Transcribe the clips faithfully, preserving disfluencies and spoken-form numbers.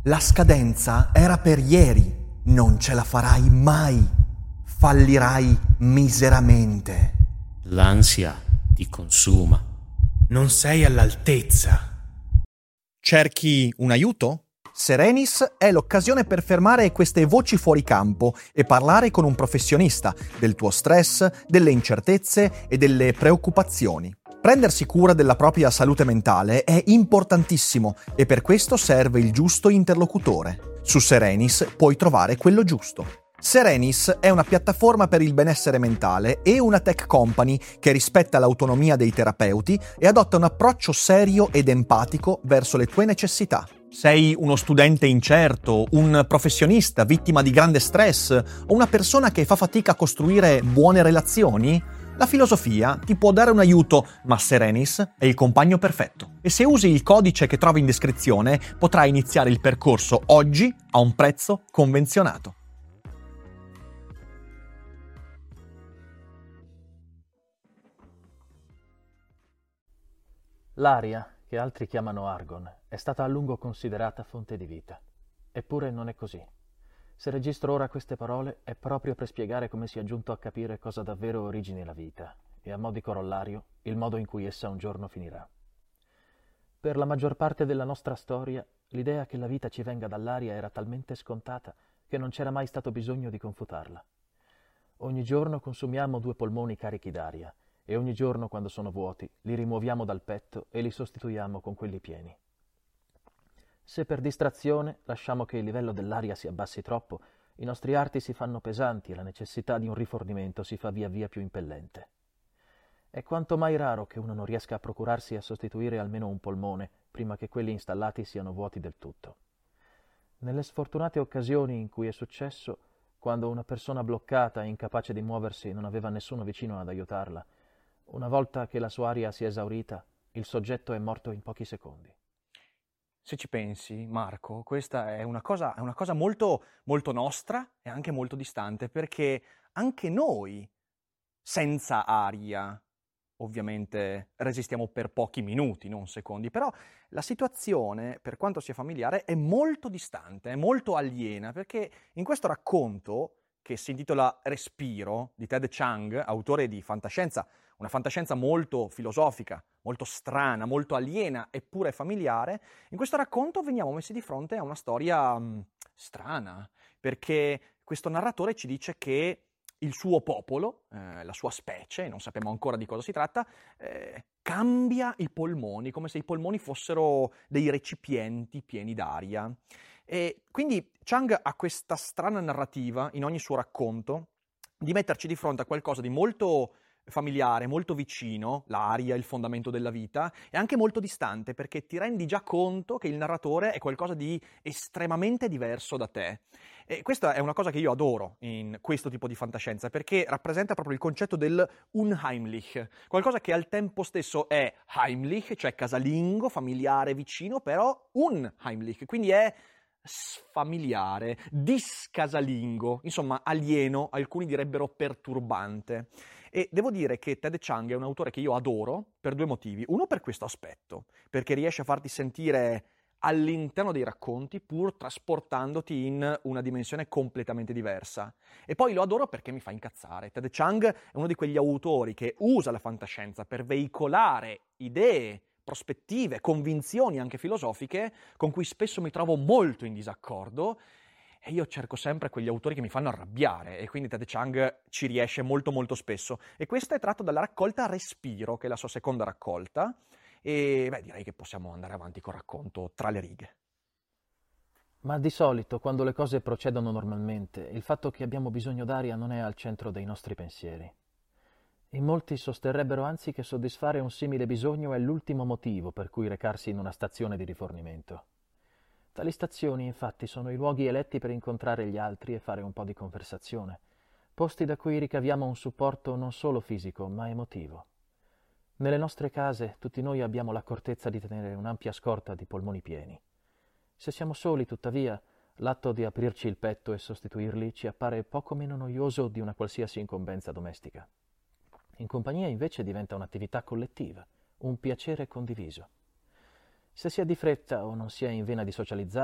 La scadenza era per ieri, non ce la farai mai. Fallirai miseramente. L'ansia ti consuma. Non sei all'altezza. Cerchi un aiuto? Serenis è l'occasione per fermare queste voci fuori campo e parlare con un professionista del tuo stress, delle incertezze e delle preoccupazioni. Prendersi cura della propria salute mentale è importantissimo e per questo serve il giusto interlocutore. Su Serenis puoi trovare quello giusto. Serenis è una piattaforma per il benessere mentale e una tech company che rispetta l'autonomia dei terapeuti e adotta un approccio serio ed empatico verso le tue necessità. Sei uno studente incerto, un professionista vittima di grande stress o una persona che fa fatica a costruire buone relazioni? La filosofia ti può dare un aiuto, ma Serenis è il compagno perfetto. E se usi il codice che trovi in descrizione, potrai iniziare il percorso oggi a un prezzo convenzionato. L'aria, che altri chiamano argon, è stata a lungo considerata fonte di vita. Eppure non è così. Se registro ora queste parole è proprio per spiegare come sia giunto a capire cosa davvero origini la vita e a mo' di corollario il modo in cui essa un giorno finirà. Per la maggior parte della nostra storia l'idea che la vita ci venga dall'aria era talmente scontata che non c'era mai stato bisogno di confutarla. Ogni giorno consumiamo due polmoni carichi d'aria e ogni giorno, quando sono vuoti, li rimuoviamo dal petto e li sostituiamo con quelli pieni. Se per distrazione lasciamo che il livello dell'aria si abbassi troppo, i nostri arti si fanno pesanti e la necessità di un rifornimento si fa via via più impellente. È quanto mai raro che uno non riesca a procurarsi a sostituire almeno un polmone prima che quelli installati siano vuoti del tutto. Nelle sfortunate occasioni in cui è successo, quando una persona bloccata e incapace di muoversi non aveva nessuno vicino ad aiutarla, una volta che la sua aria si è esaurita, il soggetto è morto in pochi secondi. Se ci pensi, Marco, questa è una cosa, è una cosa molto, molto nostra e anche molto distante, perché anche noi, senza aria, ovviamente resistiamo per pochi minuti, non secondi, però la situazione, per quanto sia familiare, è molto distante, è molto aliena, perché in questo racconto, che si intitola Respiro, di Ted Chiang, autore di fantascienza, una fantascienza molto filosofica, molto strana, molto aliena eppure familiare, in questo racconto veniamo messi di fronte a una storia mh, strana, perché questo narratore ci dice che il suo popolo, eh, la sua specie, non sappiamo ancora di cosa si tratta, eh, cambia i polmoni, come se i polmoni fossero dei recipienti pieni d'aria. E quindi Chiang ha questa strana narrativa in ogni suo racconto di metterci di fronte a qualcosa di molto familiare, molto vicino, l'aria, il fondamento della vita, e anche molto distante, perché ti rendi già conto che il narratore è qualcosa di estremamente diverso da te. E questa è una cosa che io adoro in questo tipo di fantascienza, perché rappresenta proprio il concetto del unheimlich, qualcosa che al tempo stesso è heimlich, cioè casalingo, familiare, vicino, però unheimlich, quindi è sfamiliare, discasalingo, insomma alieno, alcuni direbbero perturbante. E devo dire che Ted Chiang è un autore che io adoro per due motivi. Uno, per questo aspetto, perché riesce a farti sentire all'interno dei racconti pur trasportandoti in una dimensione completamente diversa. E poi lo adoro perché mi fa incazzare. Ted Chiang è uno di quegli autori che usa la fantascienza per veicolare idee, prospettive, convinzioni anche filosofiche con cui spesso mi trovo molto in disaccordo. E io cerco sempre quegli autori che mi fanno arrabbiare, e quindi Ted Chiang ci riesce molto molto spesso. E questo è tratto dalla raccolta Respiro, che è la sua seconda raccolta, e beh, direi che possiamo andare avanti col racconto tra le righe. Ma di solito, quando le cose procedono normalmente, il fatto che abbiamo bisogno d'aria non è al centro dei nostri pensieri. In molti sosterrebbero anzi che soddisfare un simile bisogno è l'ultimo motivo per cui recarsi in una stazione di rifornimento. Tali stazioni, infatti, sono i luoghi eletti per incontrare gli altri e fare un po' di conversazione, posti da cui ricaviamo un supporto non solo fisico, ma emotivo. Nelle nostre case tutti noi abbiamo l'accortezza di tenere un'ampia scorta di polmoni pieni. Se siamo soli, tuttavia, l'atto di aprirci il petto e sostituirli ci appare poco meno noioso di una qualsiasi incombenza domestica. In compagnia invece diventa un'attività collettiva, un piacere condiviso. Se si è di fretta o non si è in vena di socializzare,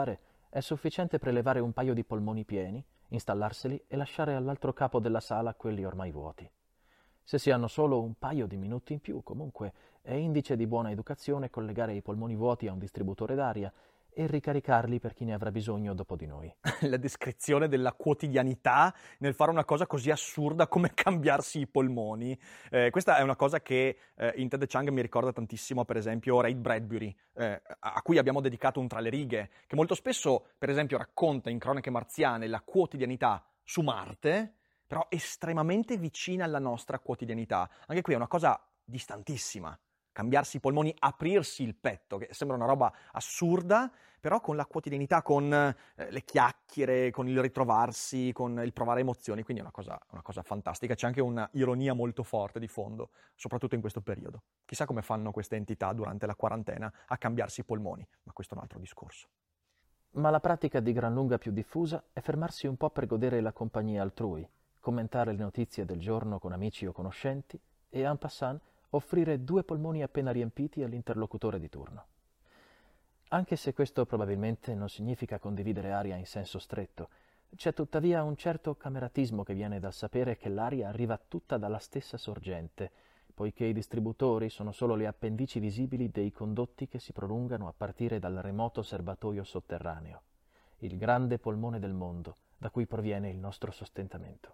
È sufficiente prelevare un paio di polmoni pieni, installarseli e lasciare all'altro capo della sala quelli ormai vuoti. Se si hanno solo un paio di minuti in più, comunque, è indice di buona educazione collegare i polmoni vuoti a un distributore d'aria e ricaricarli per chi ne avrà bisogno dopo di noi. La descrizione della quotidianità nel fare una cosa così assurda come cambiarsi i polmoni. Eh, questa è una cosa che eh, in Ted Chiang mi ricorda tantissimo, per esempio, Ray Bradbury, eh, a cui abbiamo dedicato un Tra le righe, che molto spesso, per esempio, racconta in Cronache marziane la quotidianità su Marte, però estremamente vicina alla nostra quotidianità. Anche qui è una cosa distantissima. Cambiarsi i polmoni, aprirsi il petto, che sembra una roba assurda, però con la quotidianità, con eh, le chiacchiere, con il ritrovarsi, con il provare emozioni, quindi è una cosa, una cosa fantastica. C'è anche una ironia molto forte di fondo, soprattutto in questo periodo. Chissà come fanno queste entità durante la quarantena a cambiarsi i polmoni, ma questo è un altro discorso. Ma la pratica di gran lunga più diffusa è fermarsi un po' per godere la compagnia altrui, commentare le notizie del giorno con amici o conoscenti e, en passant, offrire due polmoni appena riempiti all'interlocutore di turno. Anche se questo probabilmente non significa condividere aria in senso stretto, c'è tuttavia un certo cameratismo che viene dal sapere che l'aria arriva tutta dalla stessa sorgente, poiché i distributori sono solo le appendici visibili dei condotti che si prolungano a partire dal remoto serbatoio sotterraneo, il grande polmone del mondo, da cui proviene il nostro sostentamento.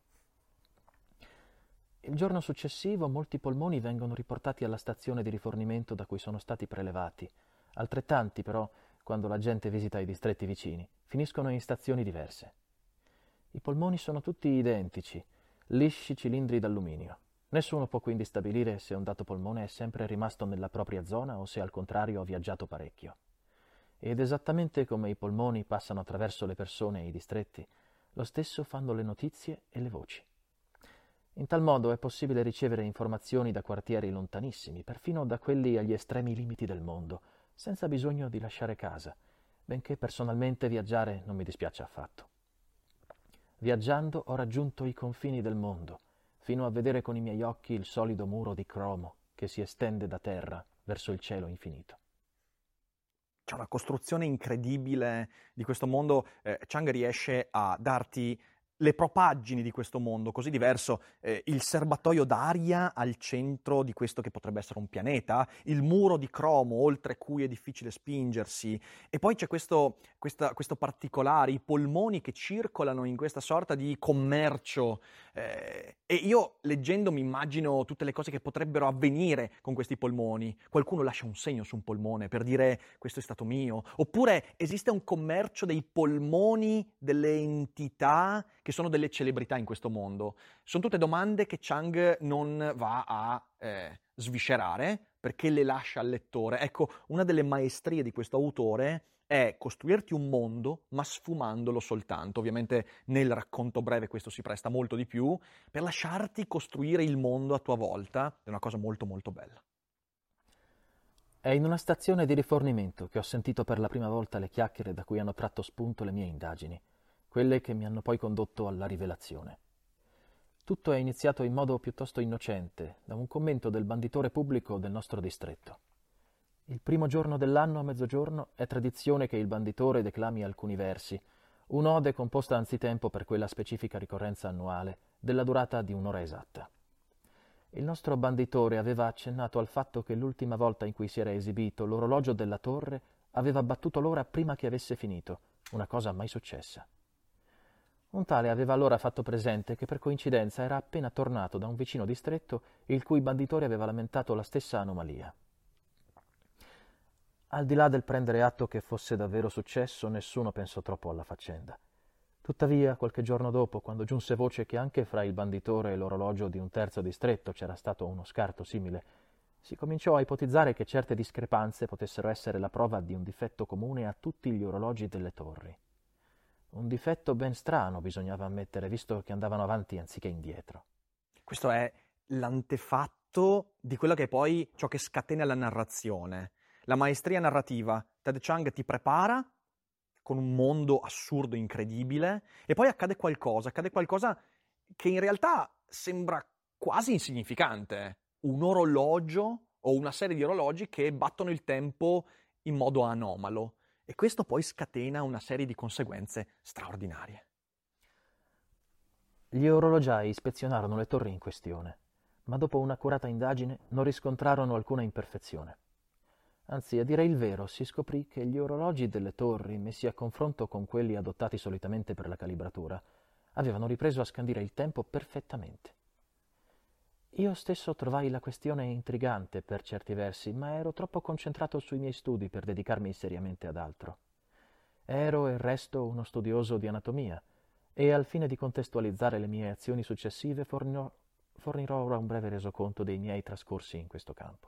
Il giorno successivo molti polmoni vengono riportati alla stazione di rifornimento da cui sono stati prelevati. Altrettanti, però, quando la gente visita i distretti vicini, finiscono in stazioni diverse. I polmoni sono tutti identici, lisci cilindri d'alluminio. Nessuno può quindi stabilire se un dato polmone è sempre rimasto nella propria zona o se al contrario ha viaggiato parecchio. Ed esattamente come i polmoni passano attraverso le persone e i distretti, lo stesso fanno le notizie e le voci. In tal modo è possibile ricevere informazioni da quartieri lontanissimi, perfino da quelli agli estremi limiti del mondo, senza bisogno di lasciare casa, benché personalmente viaggiare non mi dispiace affatto. Viaggiando ho raggiunto i confini del mondo, fino a vedere con i miei occhi il solido muro di cromo che si estende da terra verso il cielo infinito. C'è una costruzione incredibile di questo mondo. Eh, Chiang riesce a darti le propaggini di questo mondo così diverso, eh, il serbatoio d'aria al centro di questo che potrebbe essere un pianeta, il muro di cromo oltre cui è difficile spingersi, e poi c'è questo, questa, questo particolare, i polmoni che circolano in questa sorta di commercio, eh, e io leggendo mi immagino tutte le cose che potrebbero avvenire con questi polmoni. Qualcuno lascia un segno su un polmone per dire questo è stato mio, oppure esiste un commercio dei polmoni delle entità che sono delle celebrità in questo mondo. Sono tutte domande che Chiang non va a eh, sviscerare perché le lascia al lettore. Ecco, una delle maestrie di questo autore è costruirti un mondo ma sfumandolo soltanto. Ovviamente nel racconto breve questo si presta molto di più, per lasciarti costruire il mondo a tua volta. È una cosa molto molto bella. È in una stazione di rifornimento che ho sentito per la prima volta le chiacchiere da cui hanno tratto spunto le mie indagini, quelle che mi hanno poi condotto alla rivelazione. Tutto è iniziato in modo piuttosto innocente, da un commento del banditore pubblico del nostro distretto. Il primo giorno dell'anno a mezzogiorno è tradizione che il banditore declami alcuni versi, un'ode composta anzitempo per quella specifica ricorrenza annuale, della durata di un'ora esatta. Il nostro banditore aveva accennato al fatto che l'ultima volta in cui si era esibito l'orologio della torre aveva battuto l'ora prima che avesse finito, una cosa mai successa. Un tale aveva allora fatto presente che per coincidenza era appena tornato da un vicino distretto il cui banditore aveva lamentato la stessa anomalia. Al di là del prendere atto che fosse davvero successo, nessuno pensò troppo alla faccenda. Tuttavia, qualche giorno dopo, quando giunse voce che anche fra il banditore e l'orologio di un terzo distretto c'era stato uno scarto simile, si cominciò a ipotizzare che certe discrepanze potessero essere la prova di un difetto comune a tutti gli orologi delle torri. Un difetto ben strano, bisognava ammettere, visto che andavano avanti anziché indietro. Questo è l'antefatto di quello che è poi ciò che scatena la narrazione. La maestria narrativa. Ted Chiang ti prepara con un mondo assurdo, incredibile, e poi accade qualcosa, accade qualcosa che in realtà sembra quasi insignificante. Un orologio o una serie di orologi che battono il tempo in modo anomalo. e questo poi scatena una serie di conseguenze straordinarie. Gli orologiai ispezionarono le torri in questione, ma dopo un'accurata indagine non riscontrarono alcuna imperfezione. Anzi, a dire il vero, si scoprì che gli orologi delle torri, messi a confronto con quelli adottati solitamente per la calibratura, avevano ripreso a scandire il tempo perfettamente. Io stesso trovai la questione intrigante per certi versi, ma ero troppo concentrato sui miei studi per dedicarmi seriamente ad altro. Ero, e resto, uno studioso di anatomia, e al fine di contestualizzare le mie azioni successive fornirò, fornirò ora un breve resoconto dei miei trascorsi in questo campo.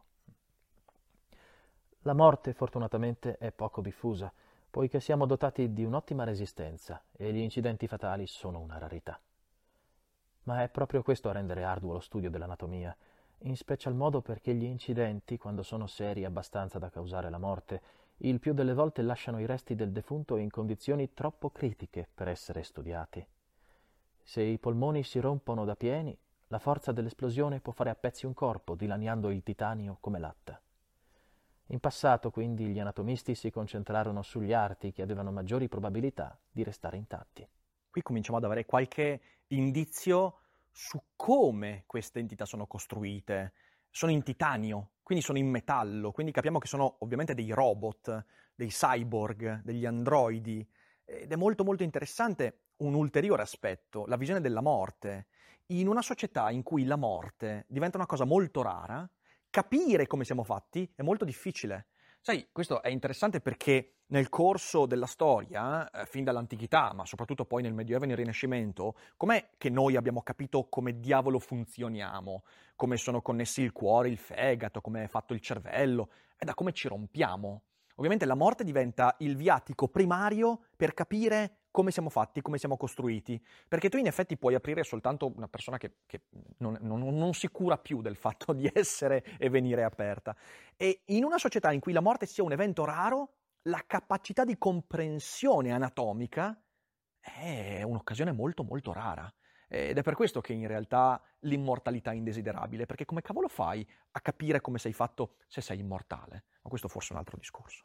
La morte, fortunatamente, è poco diffusa, poiché siamo dotati di un'ottima resistenza e gli incidenti fatali sono una rarità. Ma è proprio questo a rendere arduo lo studio dell'anatomia, in special modo perché gli incidenti, quando sono seri abbastanza da causare la morte, il più delle volte lasciano i resti del defunto in condizioni troppo critiche per essere studiati. Se i polmoni si rompono da pieni, la forza dell'esplosione può fare a pezzi un corpo, dilaniando il titanio come latta. In passato, quindi, gli anatomisti si concentrarono sugli arti che avevano maggiori probabilità di restare intatti. Qui cominciamo ad avere qualche indizio su come queste entità sono costruite. Sono in titanio, quindi sono in metallo, quindi capiamo che sono ovviamente dei robot, dei cyborg, degli androidi. Ed è molto molto interessante un ulteriore aspetto, la visione della morte. In una società in cui la morte diventa una cosa molto rara, capire come siamo fatti è molto difficile. Sai, questo è interessante perché nel corso della storia, eh, fin dall'antichità, ma soprattutto poi nel Medioevo e nel Rinascimento, com'è che noi abbiamo capito come diavolo funzioniamo, come sono connessi il cuore, il fegato, come è fatto il cervello, e da come ci rompiamo. Ovviamente la morte diventa il viatico primario per capire come siamo fatti, come siamo costruiti, perché tu in effetti puoi aprire soltanto una persona che, che non, non, non si cura più del fatto di essere e venire aperta. E in una società in cui la morte sia un evento raro, la capacità di comprensione anatomica è un'occasione molto molto rara. Ed è per questo che in realtà l'immortalità è indesiderabile, perché come cavolo fai a capire come sei fatto se sei immortale? Ma questo forse è un altro discorso.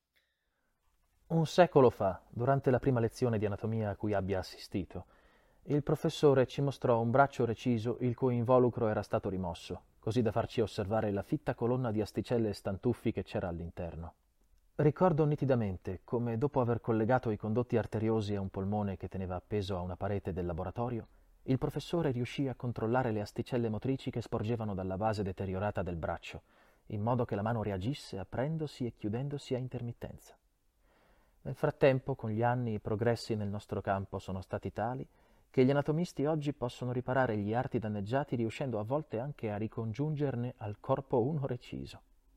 Un secolo fa, durante la prima lezione di anatomia a cui abbia assistito, il professore ci mostrò un braccio reciso il cui involucro era stato rimosso, così da farci osservare la fitta colonna di asticelle e stantuffi che c'era all'interno. Ricordo nitidamente come, dopo aver collegato i condotti arteriosi a un polmone che teneva appeso a una parete del laboratorio, il professore riuscì a controllare le asticelle motrici che sporgevano dalla base deteriorata del braccio, in modo che la mano reagisse aprendosi e chiudendosi a intermittenza. Nel frattempo, con gli anni, i progressi nel nostro campo sono stati tali che gli anatomisti oggi possono riparare gli arti danneggiati riuscendo a volte anche a ricongiungerne al corpo uno reciso.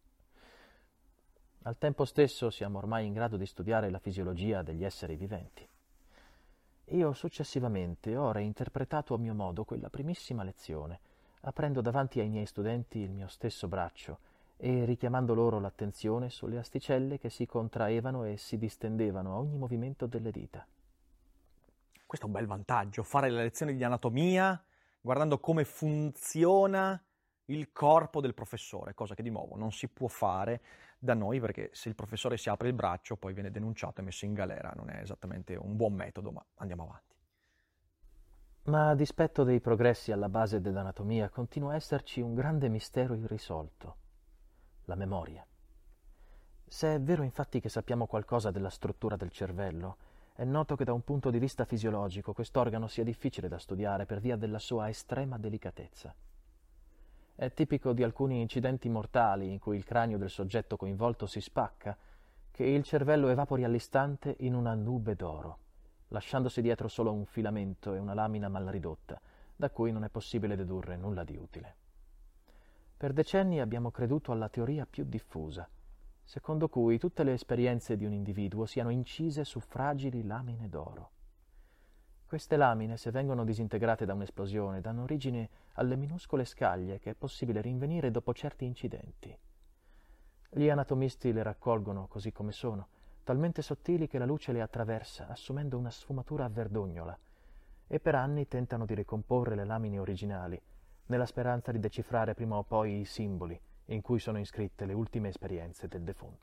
Al tempo stesso siamo ormai in grado di studiare la fisiologia degli esseri viventi. Io successivamente ho reinterpretato a mio modo quella primissima lezione, aprendo davanti ai miei studenti il mio stesso braccio e richiamando loro l'attenzione sulle asticelle che si contraevano e si distendevano a ogni movimento delle dita. Questo è un bel vantaggio, fare le lezioni di anatomia guardando come funziona il corpo del professore, cosa che di nuovo non si può fare da noi perché se il professore si apre il braccio poi viene denunciato e messo in galera, non è esattamente un buon metodo, ma andiamo avanti. Ma a dispetto dei progressi alla base dell'anatomia continua a esserci un grande mistero irrisolto: la memoria. Se è vero infatti che sappiamo qualcosa della struttura del cervello, è noto che da un punto di vista fisiologico quest'organo sia difficile da studiare per via della sua estrema delicatezza. È tipico di alcuni incidenti mortali in cui il cranio del soggetto coinvolto si spacca, che il cervello evapori all'istante in una nube d'oro, lasciandosi dietro solo un filamento e una lamina mal ridotta, da cui non è possibile dedurre nulla di utile. Per decenni abbiamo creduto alla teoria più diffusa, secondo cui tutte le esperienze di un individuo siano incise su fragili lamine d'oro. Queste lamine, se vengono disintegrate da un'esplosione, danno origine alle minuscole scaglie che è possibile rinvenire dopo certi incidenti. Gli anatomisti le raccolgono così come sono, talmente sottili che la luce le attraversa, assumendo una sfumatura verdognola, e per anni tentano di ricomporre le lamine originali, nella speranza di decifrare prima o poi i simboli in cui sono iscritte le ultime esperienze del defunto.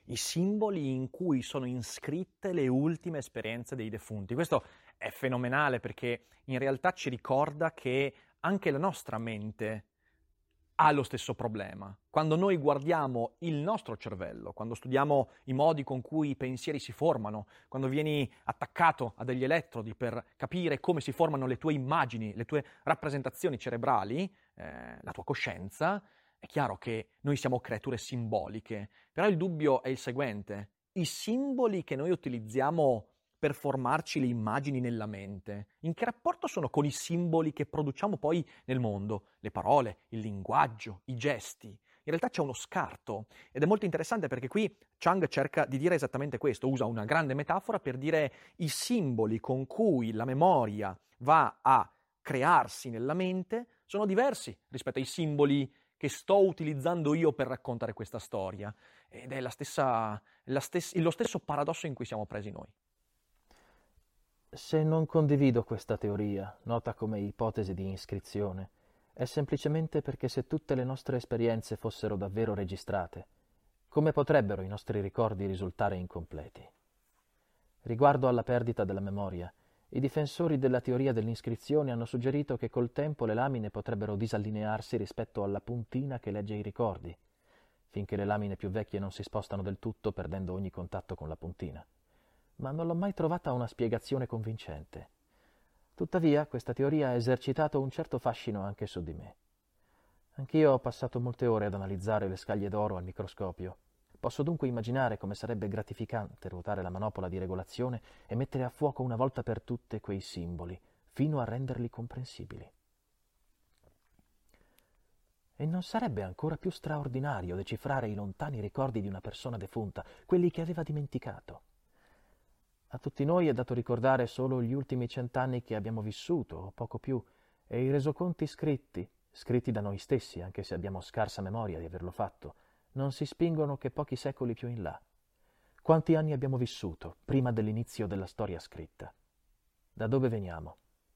i simboli in cui sono iscritte le ultime esperienze dei defunti. Questo è fenomenale perché in realtà ci ricorda che anche la nostra mente ha lo stesso problema. Quando noi guardiamo il nostro cervello, quando studiamo i modi con cui i pensieri si formano, quando vieni attaccato a degli elettrodi per capire come si formano le tue immagini, le tue rappresentazioni cerebrali, eh, la tua coscienza, è chiaro che noi siamo creature simboliche, però il dubbio è il seguente: i simboli che noi utilizziamo per formarci le immagini nella mente, in che rapporto sono con i simboli che produciamo poi nel mondo? Le parole, il linguaggio, i gesti. In realtà c'è uno scarto ed è molto interessante perché qui Chang cerca di dire esattamente questo, usa una grande metafora per dire i simboli con cui la memoria va a crearsi nella mente sono diversi rispetto ai simboli che sto utilizzando io per raccontare questa storia. Ed è la stessa, la stess- lo stesso paradosso in cui siamo presi noi. Se non condivido questa teoria, nota come ipotesi di iscrizione, è semplicemente perché se tutte le nostre esperienze fossero davvero registrate, come potrebbero i nostri ricordi risultare incompleti? Riguardo alla perdita della memoria, i difensori della teoria dell'iscrizione hanno suggerito che col tempo le lamine potrebbero disallinearsi rispetto alla puntina che legge i ricordi, finché le lamine più vecchie non si spostano del tutto perdendo ogni contatto con la puntina. Ma non l'ho mai trovata una spiegazione convincente. Tuttavia, questa teoria ha esercitato un certo fascino anche su di me. Anch'io ho passato molte ore ad analizzare le scaglie d'oro al microscopio. Posso dunque immaginare come sarebbe gratificante ruotare la manopola di regolazione e mettere a fuoco una volta per tutte quei simboli, fino a renderli comprensibili. E non sarebbe ancora più straordinario decifrare i lontani ricordi di una persona defunta, quelli che aveva dimenticato? A tutti noi è dato ricordare solo gli ultimi cent'anni che abbiamo vissuto, o poco più, e i resoconti scritti, scritti da noi stessi, anche se abbiamo scarsa memoria di averlo fatto, non si spingono che pochi secoli più in là. Quanti anni abbiamo vissuto prima dell'inizio della storia scritta? Da dove veniamo?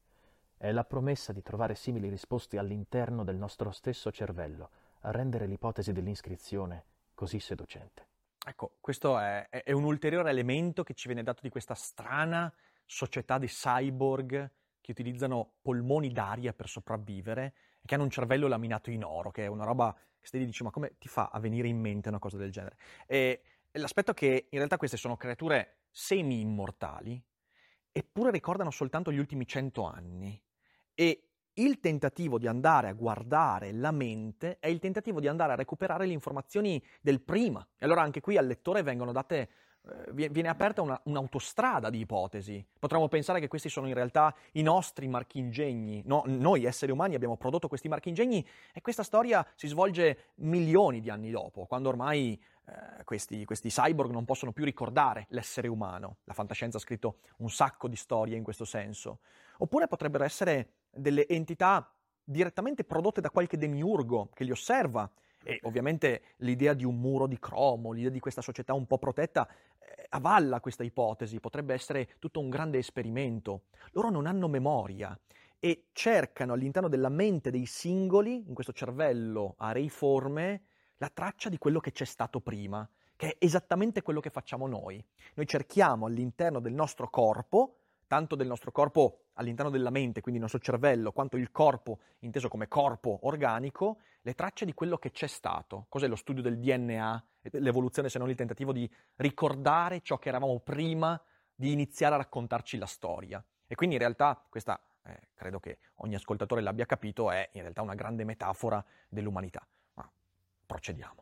È la promessa di trovare simili risposte all'interno del nostro stesso cervello a rendere l'ipotesi dell'iscrizione così seducente. Ecco, questo è, è un ulteriore elemento che ci viene dato di questa strana società di cyborg che utilizzano polmoni d'aria per sopravvivere e che hanno un cervello laminato in oro, che è una roba che si dice: ma come ti fa a venire in mente una cosa del genere? E, e l'aspetto è che in realtà queste sono creature semi-immortali, eppure ricordano soltanto gli ultimi cento anni. E il tentativo di andare a guardare la mente è il tentativo di andare a recuperare le informazioni del prima. E allora anche qui al lettore vengono date, eh, viene aperta una, un'autostrada di ipotesi. Potremmo pensare che questi sono in realtà i nostri marchingegni. No, noi esseri umani abbiamo prodotto questi marchingegni e questa storia si svolge milioni di anni dopo, quando ormai eh, questi, questi cyborg non possono più ricordare l'essere umano. La fantascienza ha scritto un sacco di storie in questo senso. Oppure potrebbero essere delle entità direttamente prodotte da qualche demiurgo che li osserva, e ovviamente l'idea di un muro di cromo, l'idea di questa società un po' protetta eh, avalla questa ipotesi, potrebbe essere tutto un grande esperimento. Loro non hanno memoria e cercano all'interno della mente dei singoli, in questo cervello areiforme, la traccia di quello che c'è stato prima, che è esattamente quello che facciamo noi. Noi cerchiamo all'interno del nostro corpo, tanto del nostro corpo all'interno della mente, quindi il nostro cervello, quanto il corpo, inteso come corpo organico, le tracce di quello che c'è stato. Cos'è lo studio del D N A, l'evoluzione se non il tentativo di ricordare ciò che eravamo prima di iniziare a raccontarci la storia. E quindi in realtà, questa eh, credo che ogni ascoltatore l'abbia capito, è in realtà una grande metafora dell'umanità. Ma procediamo.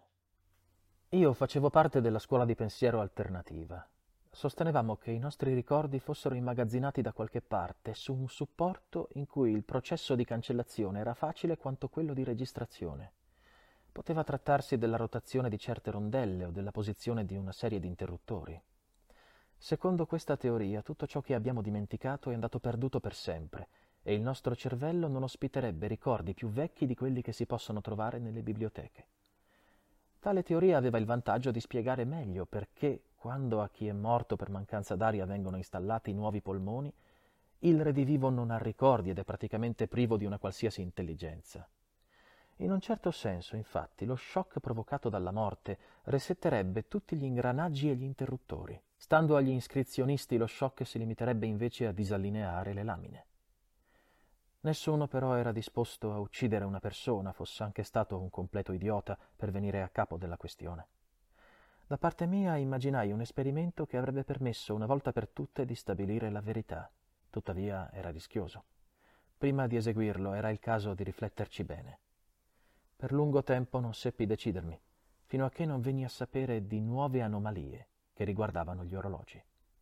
Io facevo parte della scuola di pensiero alternativa. Sostenevamo che i nostri ricordi fossero immagazzinati da qualche parte su un supporto in cui il processo di cancellazione era facile quanto quello di registrazione. Poteva trattarsi della rotazione di certe rondelle o della posizione di una serie di interruttori. Secondo questa teoria, tutto ciò che abbiamo dimenticato è andato perduto per sempre e il nostro cervello non ospiterebbe ricordi più vecchi di quelli che si possono trovare nelle biblioteche. Tale teoria aveva il vantaggio di spiegare meglio perché, quando a chi è morto per mancanza d'aria vengono installati nuovi polmoni, il redivivo non ha ricordi ed è praticamente privo di una qualsiasi intelligenza. In un certo senso, infatti, lo shock provocato dalla morte resetterebbe tutti gli ingranaggi e gli interruttori. Stando agli iscrizionisti, lo shock si limiterebbe invece a disallineare le lamine. Nessuno però era disposto a uccidere una persona, fosse anche stato un completo idiota, per venire a capo della questione. Da parte mia immaginai un esperimento che avrebbe permesso una volta per tutte di stabilire la verità. Tuttavia era rischioso. Prima di eseguirlo era il caso di rifletterci bene. Per lungo tempo non seppi decidermi, fino a che non venni a sapere di nuove anomalie che riguardavano gli orologi.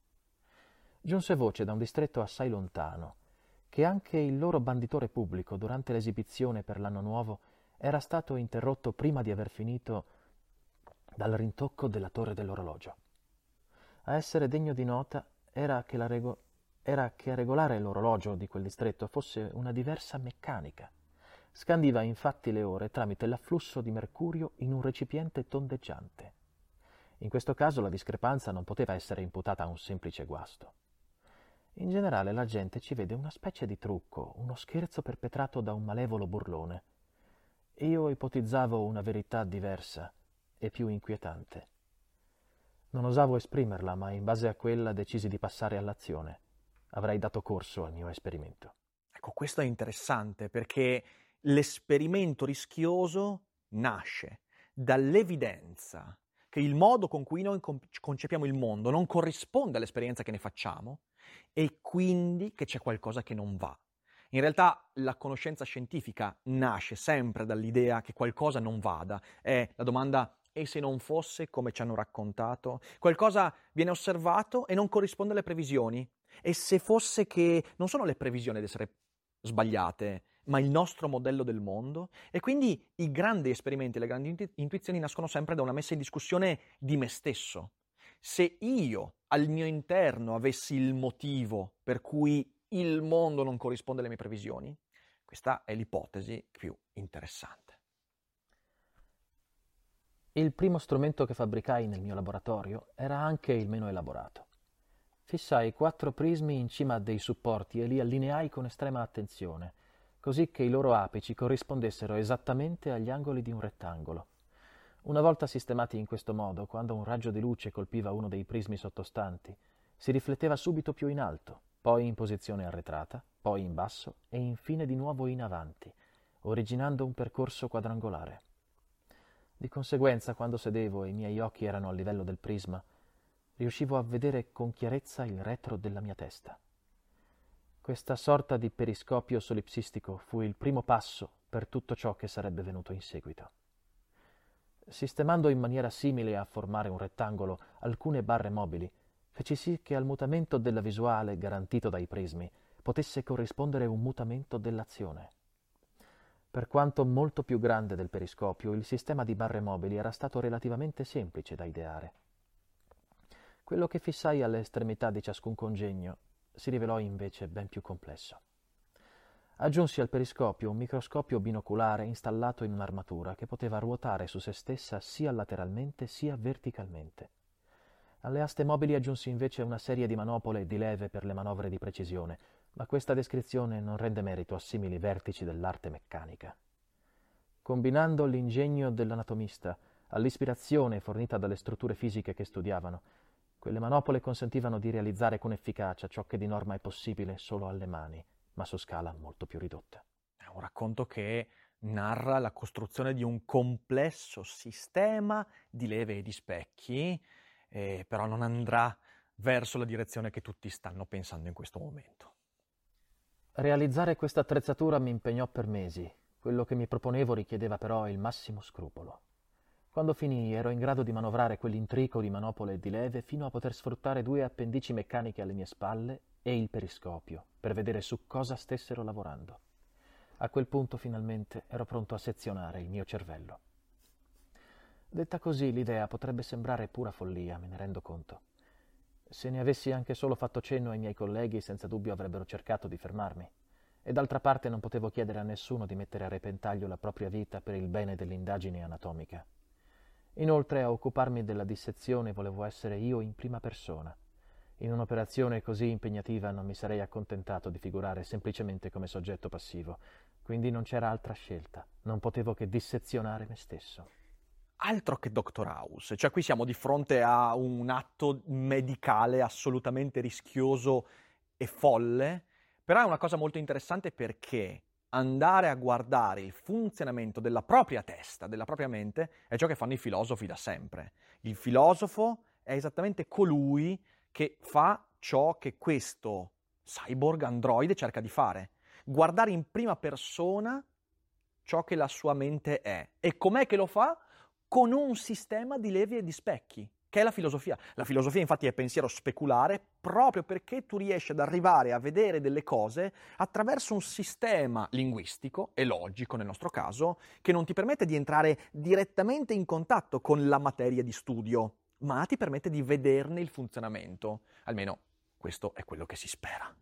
Giunse voce da un distretto assai lontano che anche il loro banditore pubblico durante l'esibizione per l'anno nuovo era stato interrotto prima di aver finito dal rintocco della torre dell'orologio. A essere degno di nota era che, la rego- era che a regolare l'orologio di quel distretto fosse una diversa meccanica. Scandiva infatti le ore tramite l'afflusso di mercurio in un recipiente tondeggiante. In questo caso la discrepanza non poteva essere imputata a un semplice guasto. In generale la gente ci vede una specie di trucco, uno scherzo perpetrato da un malevolo burlone. Io ipotizzavo una verità diversa e più inquietante. Non osavo esprimerla, ma in base a quella decisi di passare all'azione. Avrei dato corso al mio esperimento. Ecco, questo è interessante perché l'esperimento rischioso nasce dall'evidenza che il modo con cui noi concepiamo il mondo non corrisponde all'esperienza che ne facciamo e quindi che c'è qualcosa che non va. In realtà la conoscenza scientifica nasce sempre dall'idea che qualcosa non vada. È la domanda: e se non fosse come ci hanno raccontato? Qualcosa viene osservato e non corrisponde alle previsioni. E se fosse che non sono le previsioni ad essere sbagliate, ma il nostro modello del mondo? E quindi i grandi esperimenti, le grandi intuizioni nascono sempre da una messa in discussione di me stesso. Se io al mio interno avessi il motivo per cui il mondo non corrisponde alle mie previsioni, questa è l'ipotesi più interessante. Il primo strumento che fabbricai nel mio laboratorio era anche il meno elaborato. Fissai quattro prismi in cima a dei supporti e li allineai con estrema attenzione, così che i loro apici corrispondessero esattamente agli angoli di un rettangolo. Una volta sistemati in questo modo, quando un raggio di luce colpiva uno dei prismi sottostanti, si rifletteva subito più in alto, poi in posizione arretrata, poi in basso e infine di nuovo in avanti, originando un percorso quadrangolare. Di conseguenza, quando sedevo e i miei occhi erano a livello del prisma, riuscivo a vedere con chiarezza il retro della mia testa. Questa sorta di periscopio solipsistico fu il primo passo per tutto ciò che sarebbe venuto in seguito. Sistemando in maniera simile a formare un rettangolo alcune barre mobili, feci sì che al mutamento della visuale garantito dai prismi potesse corrispondere un mutamento dell'azione. Per quanto molto più grande del periscopio, il sistema di barre mobili era stato relativamente semplice da ideare. Quello che fissai alle estremità di ciascun congegno si rivelò invece ben più complesso. Aggiunsi al periscopio un microscopio binoculare installato in un'armatura che poteva ruotare su se stessa sia lateralmente sia verticalmente. Alle aste mobili aggiunsi invece una serie di manopole di leve per le manovre di precisione, ma questa descrizione non rende merito a simili vertici dell'arte meccanica. Combinando l'ingegno dell'anatomista all'ispirazione fornita dalle strutture fisiche che studiavano, quelle manopole consentivano di realizzare con efficacia ciò che di norma è possibile solo alle mani, ma su scala molto più ridotta. È un racconto che narra la costruzione di un complesso sistema di leve e di specchi, eh, però non andrà verso la direzione che tutti stanno pensando in questo momento. Realizzare questa attrezzatura mi impegnò per mesi. Quello che mi proponevo richiedeva però il massimo scrupolo. Quando finii ero in grado di manovrare quell'intrico di manopole e di leve fino a poter sfruttare due appendici meccaniche alle mie spalle e il periscopio per vedere su cosa stessero lavorando. A quel punto finalmente ero pronto a sezionare il mio cervello. Detta così l'idea potrebbe sembrare pura follia, me ne rendo conto. Se ne avessi anche solo fatto cenno ai miei colleghi, senza dubbio avrebbero cercato di fermarmi. E d'altra parte non potevo chiedere a nessuno di mettere a repentaglio la propria vita per il bene dell'indagine anatomica. Inoltre, a occuparmi della dissezione volevo essere io in prima persona. In un'operazione così impegnativa non mi sarei accontentato di figurare semplicemente come soggetto passivo, quindi non c'era altra scelta, non potevo che dissezionare me stesso. Altro che Doctor House, cioè qui siamo di fronte a un atto medicale assolutamente rischioso e folle, però è una cosa molto interessante perché andare a guardare il funzionamento della propria testa, della propria mente, è ciò che fanno i filosofi da sempre. Il filosofo è esattamente colui che fa ciò che questo cyborg androide cerca di fare, guardare in prima persona ciò che la sua mente è. E com'è che lo fa? Con un sistema di levi e di specchi, che è la filosofia. La filosofia infatti è pensiero speculare proprio perché tu riesci ad arrivare a vedere delle cose attraverso un sistema linguistico e logico, nel nostro caso, che non ti permette di entrare direttamente in contatto con la materia di studio, ma ti permette di vederne il funzionamento. Almeno questo è quello che si spera.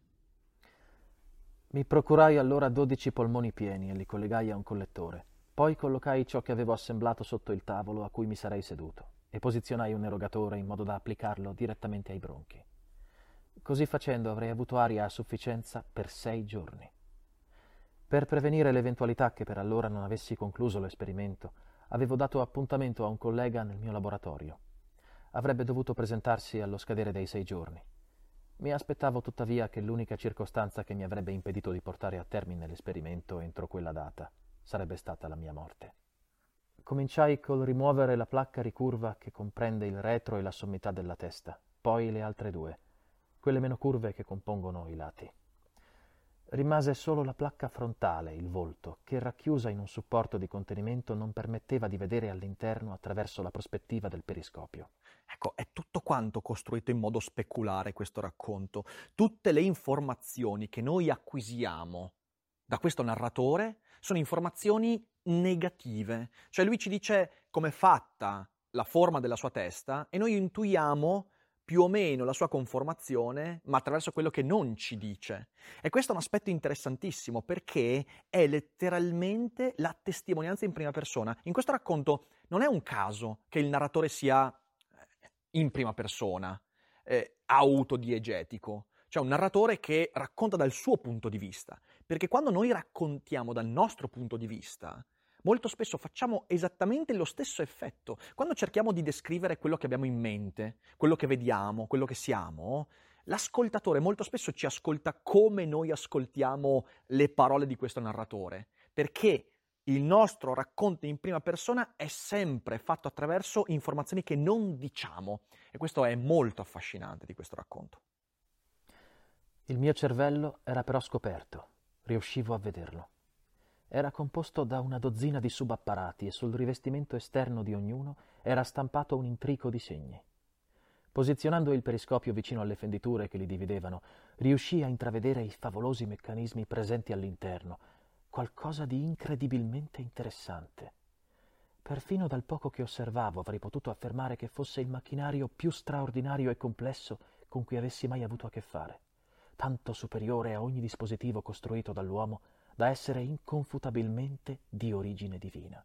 Mi procurai allora dodici polmoni pieni e li collegai a un collettore. Poi collocai ciò che avevo assemblato sotto il tavolo a cui mi sarei seduto e posizionai un erogatore in modo da applicarlo direttamente ai bronchi. Così facendo avrei avuto aria a sufficienza per sei giorni. Per prevenire l'eventualità che per allora non avessi concluso l'esperimento, avevo dato appuntamento a un collega nel mio laboratorio. Avrebbe dovuto presentarsi allo scadere dei sei giorni. Mi aspettavo tuttavia che l'unica circostanza che mi avrebbe impedito di portare a termine l'esperimento entro quella data sarebbe stata la mia morte. Cominciai col rimuovere la placca ricurva che comprende il retro e la sommità della testa, poi le altre due, quelle meno curve che compongono i lati. Rimase solo la placca frontale, il volto, che racchiusa in un supporto di contenimento non permetteva di vedere all'interno attraverso la prospettiva del periscopio. Ecco, è tutto quanto costruito in modo speculare questo racconto. Tutte le informazioni che noi acquisiamo da questo narratore sono informazioni negative. Cioè lui ci dice com'è fatta la forma della sua testa e noi intuiamo più o meno la sua conformazione, ma attraverso quello che non ci dice. E questo è un aspetto interessantissimo perché è letteralmente la testimonianza in prima persona. In questo racconto non è un caso che il narratore sia in prima persona, eh, autodiegetico, cioè un narratore che racconta dal suo punto di vista, perché quando noi raccontiamo dal nostro punto di vista, molto spesso facciamo esattamente lo stesso effetto. Quando cerchiamo di descrivere quello che abbiamo in mente, quello che vediamo, quello che siamo, l'ascoltatore molto spesso ci ascolta come noi ascoltiamo le parole di questo narratore, perché il nostro racconto in prima persona è sempre fatto attraverso informazioni che non diciamo, e questo è molto affascinante di questo racconto. Il mio cervello era però scoperto, riuscivo a vederlo. Era composto da una dozzina di subapparati e sul rivestimento esterno di ognuno era stampato un intrico di segni. Posizionando il periscopio vicino alle fenditure che li dividevano, riuscii a intravedere i favolosi meccanismi presenti all'interno, qualcosa di incredibilmente interessante. Perfino dal poco che osservavo avrei potuto affermare che fosse il macchinario più straordinario e complesso con cui avessi mai avuto a che fare, tanto superiore a ogni dispositivo costruito dall'uomo da essere inconfutabilmente di origine divina.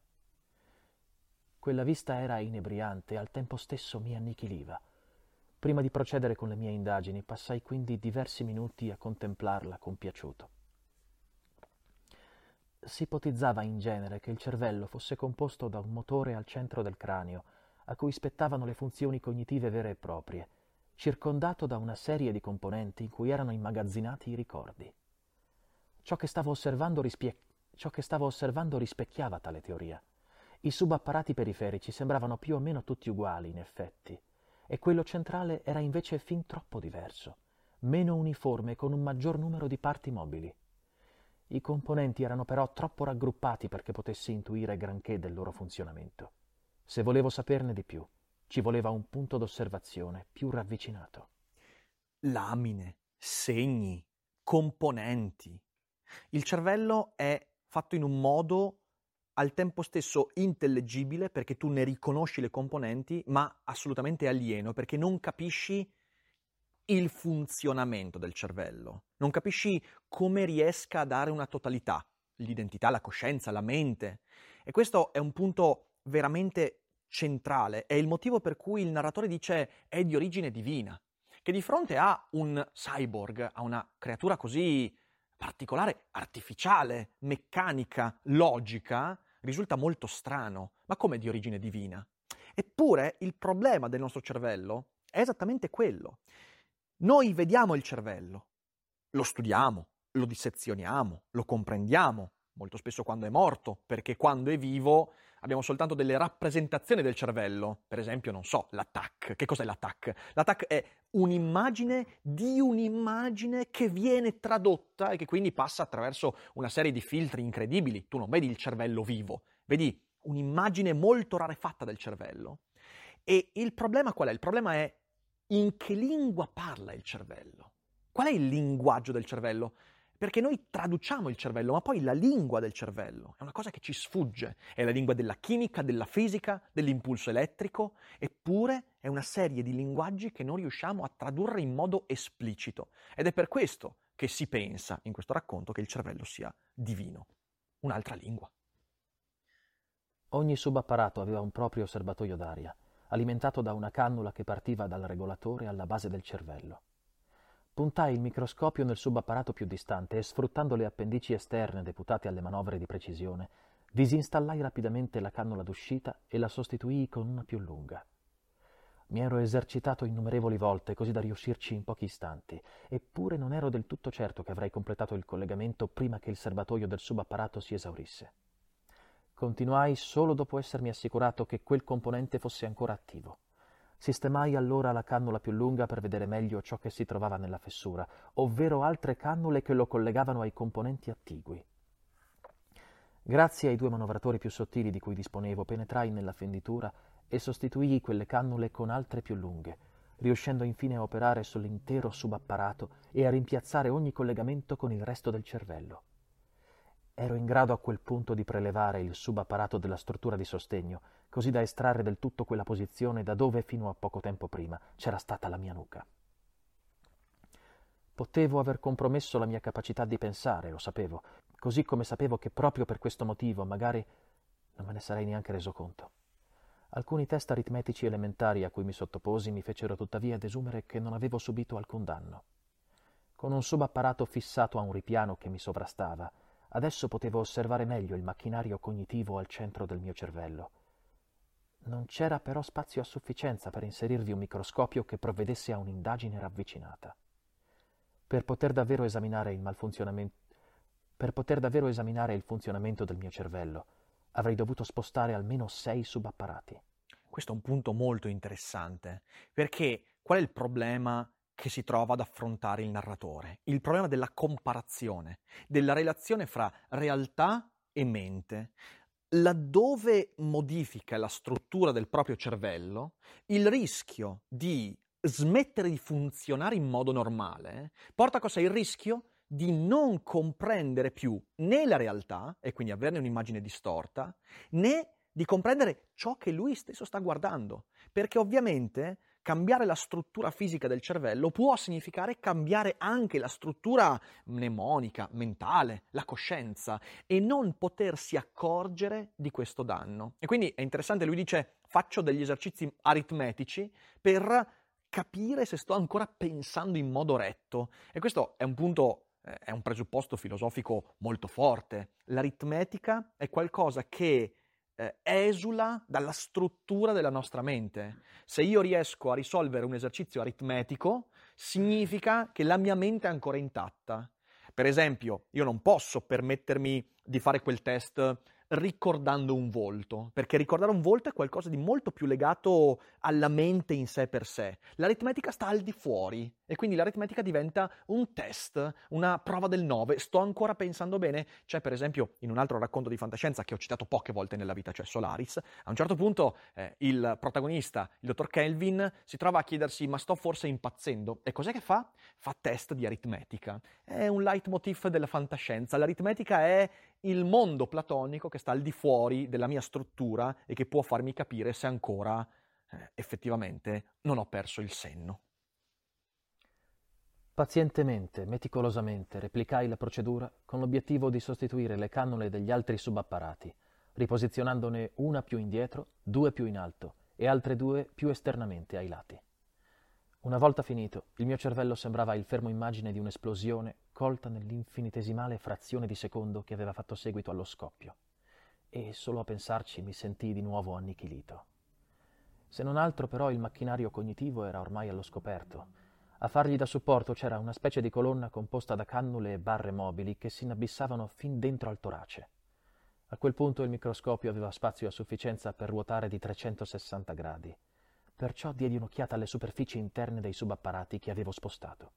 Quella vista era inebriante e al tempo stesso mi annichiliva. Prima di procedere con le mie indagini, passai quindi diversi minuti a contemplarla compiaciuto. Si ipotizzava in genere che il cervello fosse composto da un motore al centro del cranio, a cui spettavano le funzioni cognitive vere e proprie, circondato da una serie di componenti in cui erano immagazzinati i ricordi. Ciò che stavo osservando, rispie... Ciò che stavo osservando rispecchiava tale teoria. I subapparati periferici sembravano più o meno tutti uguali, in effetti, e quello centrale era invece fin troppo diverso, meno uniforme con un maggior numero di parti mobili. I componenti erano però troppo raggruppati perché potessi intuire granché del loro funzionamento. Se volevo saperne di più, ci voleva un punto d'osservazione più ravvicinato. Lamine, segni, componenti. Il cervello è fatto in un modo al tempo stesso intellegibile perché tu ne riconosci le componenti, ma assolutamente alieno perché non capisci il funzionamento del cervello, non capisci come riesca a dare una totalità, l'identità, la coscienza, la mente. E questo è un punto veramente centrale, è il motivo per cui il narratore dice è di origine divina. che di fronte a un cyborg, a una creatura così particolare, artificiale, meccanica, logica, risulta molto strano, ma come di origine divina. Eppure il problema del nostro cervello è esattamente quello. Noi vediamo il cervello, lo studiamo, lo dissezioniamo, lo comprendiamo, molto spesso quando è morto, perché quando è vivo abbiamo soltanto delle rappresentazioni del cervello. Per esempio, non so, l'A T A C. Che cos'è l'A T A C? L'A T A C è un'immagine di un'immagine che viene tradotta e che quindi passa attraverso una serie di filtri incredibili. Tu non vedi il cervello vivo, vedi un'immagine molto rarefatta del cervello. E il problema qual è? Il problema è in che lingua parla il cervello. Qual è il linguaggio del cervello? Perché noi traduciamo il cervello, ma poi la lingua del cervello è una cosa che ci sfugge. È la lingua della chimica, della fisica, dell'impulso elettrico, eppure è una serie di linguaggi che non riusciamo a tradurre in modo esplicito. Ed è per questo che si pensa, in questo racconto, che il cervello sia divino, un'altra lingua. Ogni subapparato aveva un proprio serbatoio d'aria, alimentato da una cannula che partiva dal regolatore alla base del cervello. Puntai il microscopio nel subapparato più distante e, sfruttando le appendici esterne deputate alle manovre di precisione, disinstallai rapidamente la cannula d'uscita e la sostituii con una più lunga. Mi ero esercitato innumerevoli volte così da riuscirci in pochi istanti, eppure non ero del tutto certo che avrei completato il collegamento prima che il serbatoio del subapparato si esaurisse. Continuai solo dopo essermi assicurato che quel componente fosse ancora attivo. Sistemai allora la cannula più lunga per vedere meglio ciò che si trovava nella fessura, ovvero altre cannule che lo collegavano ai componenti attigui. Grazie ai due manovratori più sottili di cui disponevo, penetrai nella fenditura e sostituii quelle cannule con altre più lunghe, riuscendo infine a operare sull'intero subapparato e a rimpiazzare ogni collegamento con il resto del cervello. Ero in grado a quel punto di prelevare il subapparato della struttura di sostegno, così da estrarre del tutto quella posizione da dove fino a poco tempo prima c'era stata la mia nuca. Potevo aver compromesso la mia capacità di pensare, lo sapevo, così come sapevo che proprio per questo motivo magari non me ne sarei neanche reso conto. Alcuni test aritmetici elementari a cui mi sottoposi mi fecero tuttavia desumere che non avevo subito alcun danno. Con un subapparato fissato a un ripiano che mi sovrastava, adesso potevo osservare meglio il macchinario cognitivo al centro del mio cervello. Non c'era però spazio a sufficienza per inserirvi un microscopio che provvedesse a un'indagine ravvicinata. Per poter davvero esaminare il malfunzionamento, per poter davvero esaminare il funzionamento del mio cervello, avrei dovuto spostare almeno sei subapparati. Questo è un punto molto interessante, perché qual è il problema che si trova ad affrontare il narratore? Il problema della comparazione, della relazione fra realtà e mente. Laddove modifica la struttura del proprio cervello, il rischio di smettere di funzionare in modo normale porta con sé il rischio di non comprendere più né la realtà, e quindi averne un'immagine distorta, né di comprendere ciò che lui stesso sta guardando, perché ovviamente cambiare la struttura fisica del cervello può significare cambiare anche la struttura mnemonica, mentale, la coscienza, e non potersi accorgere di questo danno. E quindi è interessante, lui dice: faccio degli esercizi aritmetici per capire se sto ancora pensando in modo retto. E questo è un punto, eh, è un presupposto filosofico molto forte. L'aritmetica è qualcosa che Eh, esula dalla struttura della nostra mente. Se io riesco a risolvere un esercizio aritmetico, significa che la mia mente è ancora intatta. Per esempio, io non posso permettermi di fare quel test ricordando un volto, perché ricordare un volto è qualcosa di molto più legato alla mente in sé per sé. L'aritmetica sta al di fuori e quindi l'aritmetica diventa un test, una prova del nove. Sto ancora pensando bene? C'è per esempio in un altro racconto di fantascienza che ho citato poche volte nella vita, cioè Solaris, a un certo punto eh, il protagonista, il dottor Kelvin, si trova a chiedersi: ma sto forse impazzendo? E cos'è che fa? Fa test di aritmetica. È un leitmotiv della fantascienza. L'aritmetica è il mondo platonico che sta al di fuori della mia struttura e che può farmi capire se ancora eh, effettivamente non ho perso il senno. Pazientemente, meticolosamente, replicai la procedura con l'obiettivo di sostituire le cannule degli altri subapparati, riposizionandone una più indietro, due più in alto e altre due più esternamente ai lati. Una volta finito, il mio cervello sembrava il fermo immagine di un'esplosione colta nell'infinitesimale frazione di secondo che aveva fatto seguito allo scoppio. E solo a pensarci mi sentii di nuovo annichilito. Se non altro però il macchinario cognitivo era ormai allo scoperto. A fargli da supporto c'era una specie di colonna composta da cannule e barre mobili che si inabissavano fin dentro al torace. A quel punto il microscopio aveva spazio a sufficienza per ruotare di trecentosessanta gradi. Perciò diedi un'occhiata alle superfici interne dei subapparati che avevo spostato.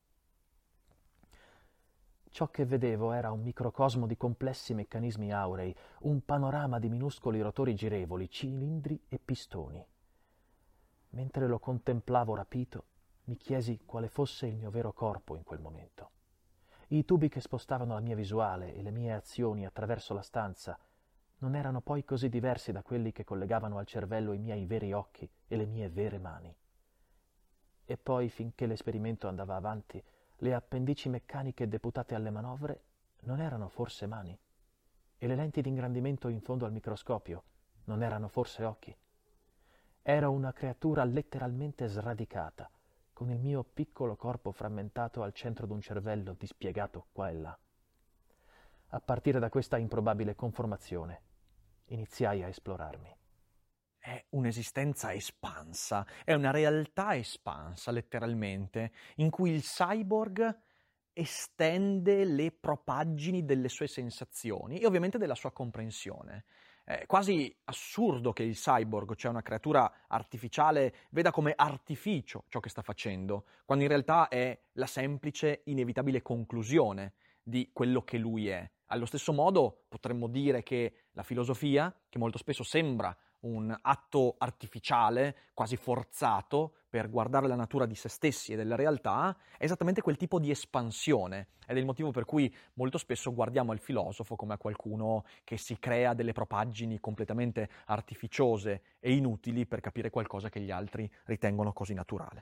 Ciò che vedevo era un microcosmo di complessi meccanismi aurei, un panorama di minuscoli rotori girevoli, cilindri e pistoni. Mentre lo contemplavo rapito, mi chiesi quale fosse il mio vero corpo in quel momento. I tubi che spostavano la mia visuale e le mie azioni attraverso la stanza non erano poi così diversi da quelli che collegavano al cervello i miei veri occhi e le mie vere mani. E poi, finché l'esperimento andava avanti, le appendici meccaniche deputate alle manovre non erano forse mani? E le lenti di ingrandimento in fondo al microscopio non erano forse occhi? Ero una creatura letteralmente sradicata, con il mio piccolo corpo frammentato al centro d'un cervello dispiegato qua e là. A partire da questa improbabile conformazione, iniziai a esplorarmi. È un'esistenza espansa, è una realtà espansa, letteralmente, in cui il cyborg estende le propaggini delle sue sensazioni e ovviamente della sua comprensione. È quasi assurdo che il cyborg, cioè una creatura artificiale, veda come artificio ciò che sta facendo, quando in realtà è la semplice, inevitabile conclusione di quello che lui è. Allo stesso modo potremmo dire che la filosofia, che molto spesso sembra un atto artificiale, quasi forzato, per guardare la natura di se stessi e della realtà, è esattamente quel tipo di espansione. Ed è il motivo per cui molto spesso guardiamo il filosofo come a qualcuno che si crea delle propaggini completamente artificiose e inutili per capire qualcosa che gli altri ritengono così naturale.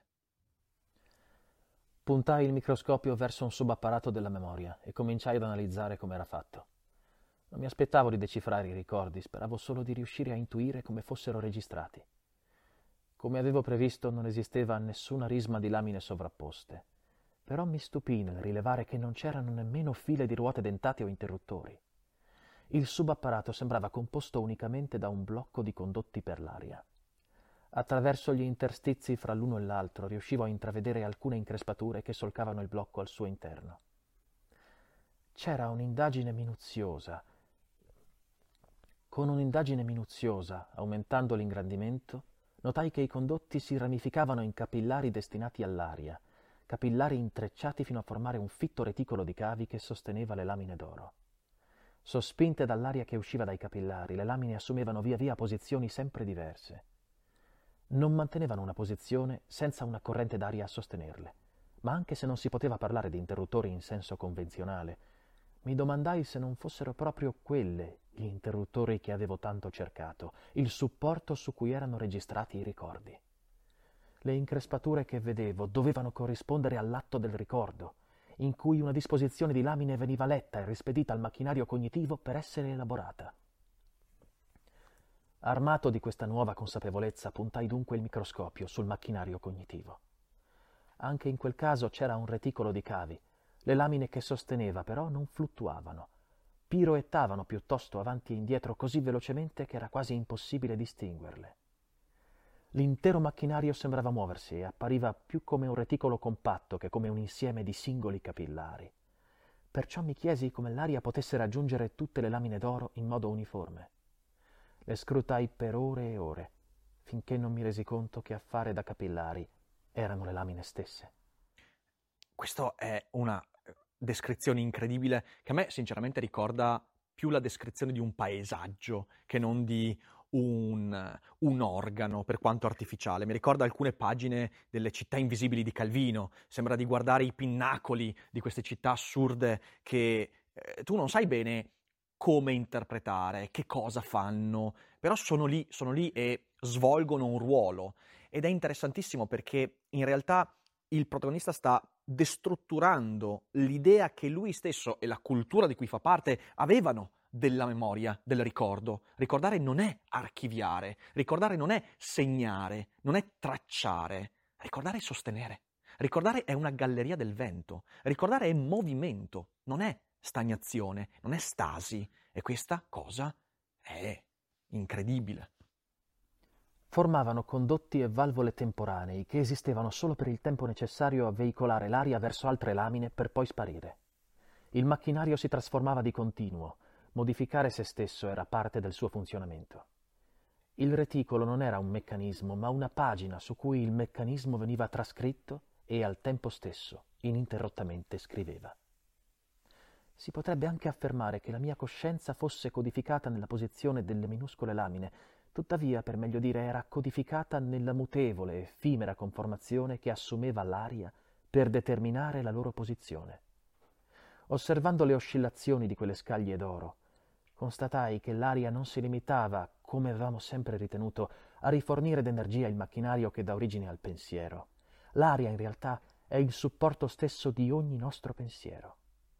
Puntai il microscopio verso un subapparato della memoria e cominciai ad analizzare come era fatto. Non mi aspettavo di decifrare i ricordi, speravo solo di riuscire a intuire come fossero registrati. Come avevo previsto, non esisteva nessuna risma di lamine sovrapposte, però mi stupì nel rilevare che non c'erano nemmeno file di ruote dentate o interruttori. Il subapparato sembrava composto unicamente da un blocco di condotti per l'aria. Attraverso gli interstizi fra l'uno e l'altro riuscivo a intravedere alcune increspature che solcavano il blocco al suo interno. C'era un'indagine minuziosa. Con un'indagine minuziosa, aumentando l'ingrandimento, notai che i condotti si ramificavano in capillari destinati all'aria, capillari intrecciati fino a formare un fitto reticolo di cavi che sosteneva le lamine d'oro. Sospinte dall'aria che usciva dai capillari, le lamine assumevano via via posizioni sempre diverse. Non mantenevano una posizione senza una corrente d'aria a sostenerle, ma anche se non si poteva parlare di interruttori in senso convenzionale, mi domandai se non fossero proprio quelle gli interruttori che avevo tanto cercato, il supporto su cui erano registrati i ricordi. Le increspature che vedevo dovevano corrispondere all'atto del ricordo, in cui una disposizione di lamine veniva letta e rispedita al macchinario cognitivo per essere elaborata. Armato di questa nuova consapevolezza, puntai dunque il microscopio sul macchinario cognitivo. Anche in quel caso c'era un reticolo di cavi. Le lamine che sosteneva però non fluttuavano. Piroettavano piuttosto avanti e indietro così velocemente che era quasi impossibile distinguerle. L'intero macchinario sembrava muoversi e appariva più come un reticolo compatto che come un insieme di singoli capillari. Perciò mi chiesi come l'aria potesse raggiungere tutte le lamine d'oro in modo uniforme. Le scrutai per ore e ore, finché non mi resi conto che a fare da capillari erano le lamine stesse. Questa è una descrizione incredibile che a me sinceramente ricorda più la descrizione di un paesaggio che non di un, un organo, per quanto artificiale. Mi ricorda alcune pagine delle Città invisibili di Calvino. Sembra di guardare i pinnacoli di queste città assurde che eh, tu non sai bene come interpretare, che cosa fanno, però sono lì, sono lì e svolgono un ruolo. Ed è interessantissimo perché in realtà il protagonista sta destrutturando l'idea che lui stesso e la cultura di cui fa parte avevano della memoria, del ricordo. Ricordare non è archiviare, ricordare non è segnare, non è tracciare, ricordare è sostenere. Ricordare è una galleria del vento, ricordare è movimento, non è stagnazione, non è stasi, e questa cosa è incredibile. Formavano condotti e valvole temporanei che esistevano solo per il tempo necessario a veicolare l'aria verso altre lamine per poi sparire. Il macchinario si trasformava di continuo, modificare se stesso era parte del suo funzionamento. Il reticolo non era un meccanismo, ma una pagina su cui il meccanismo veniva trascritto e al tempo stesso, ininterrottamente, scriveva. Si potrebbe anche affermare che la mia coscienza fosse codificata nella posizione delle minuscole lamine, tuttavia, per meglio dire, era codificata nella mutevole, effimera conformazione che assumeva l'aria per determinare la loro posizione. Osservando le oscillazioni di quelle scaglie d'oro, constatai che l'aria non si limitava, come avevamo sempre ritenuto, a rifornire d'energia il macchinario che dà origine al pensiero. L'aria, in realtà, è il supporto stesso di ogni nostro pensiero.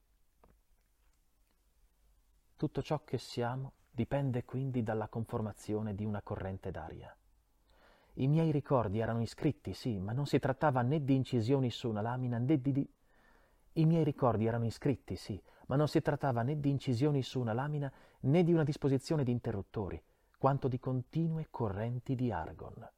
Tutto ciò che siamo dipende quindi dalla conformazione di una corrente d'aria. I miei ricordi erano iscritti, sì, ma non si trattava né di incisioni su una lamina né di... I miei ricordi erano iscritti, sì, ma non si trattava né di incisioni su una lamina né di una disposizione di interruttori, quanto di continue correnti di argon.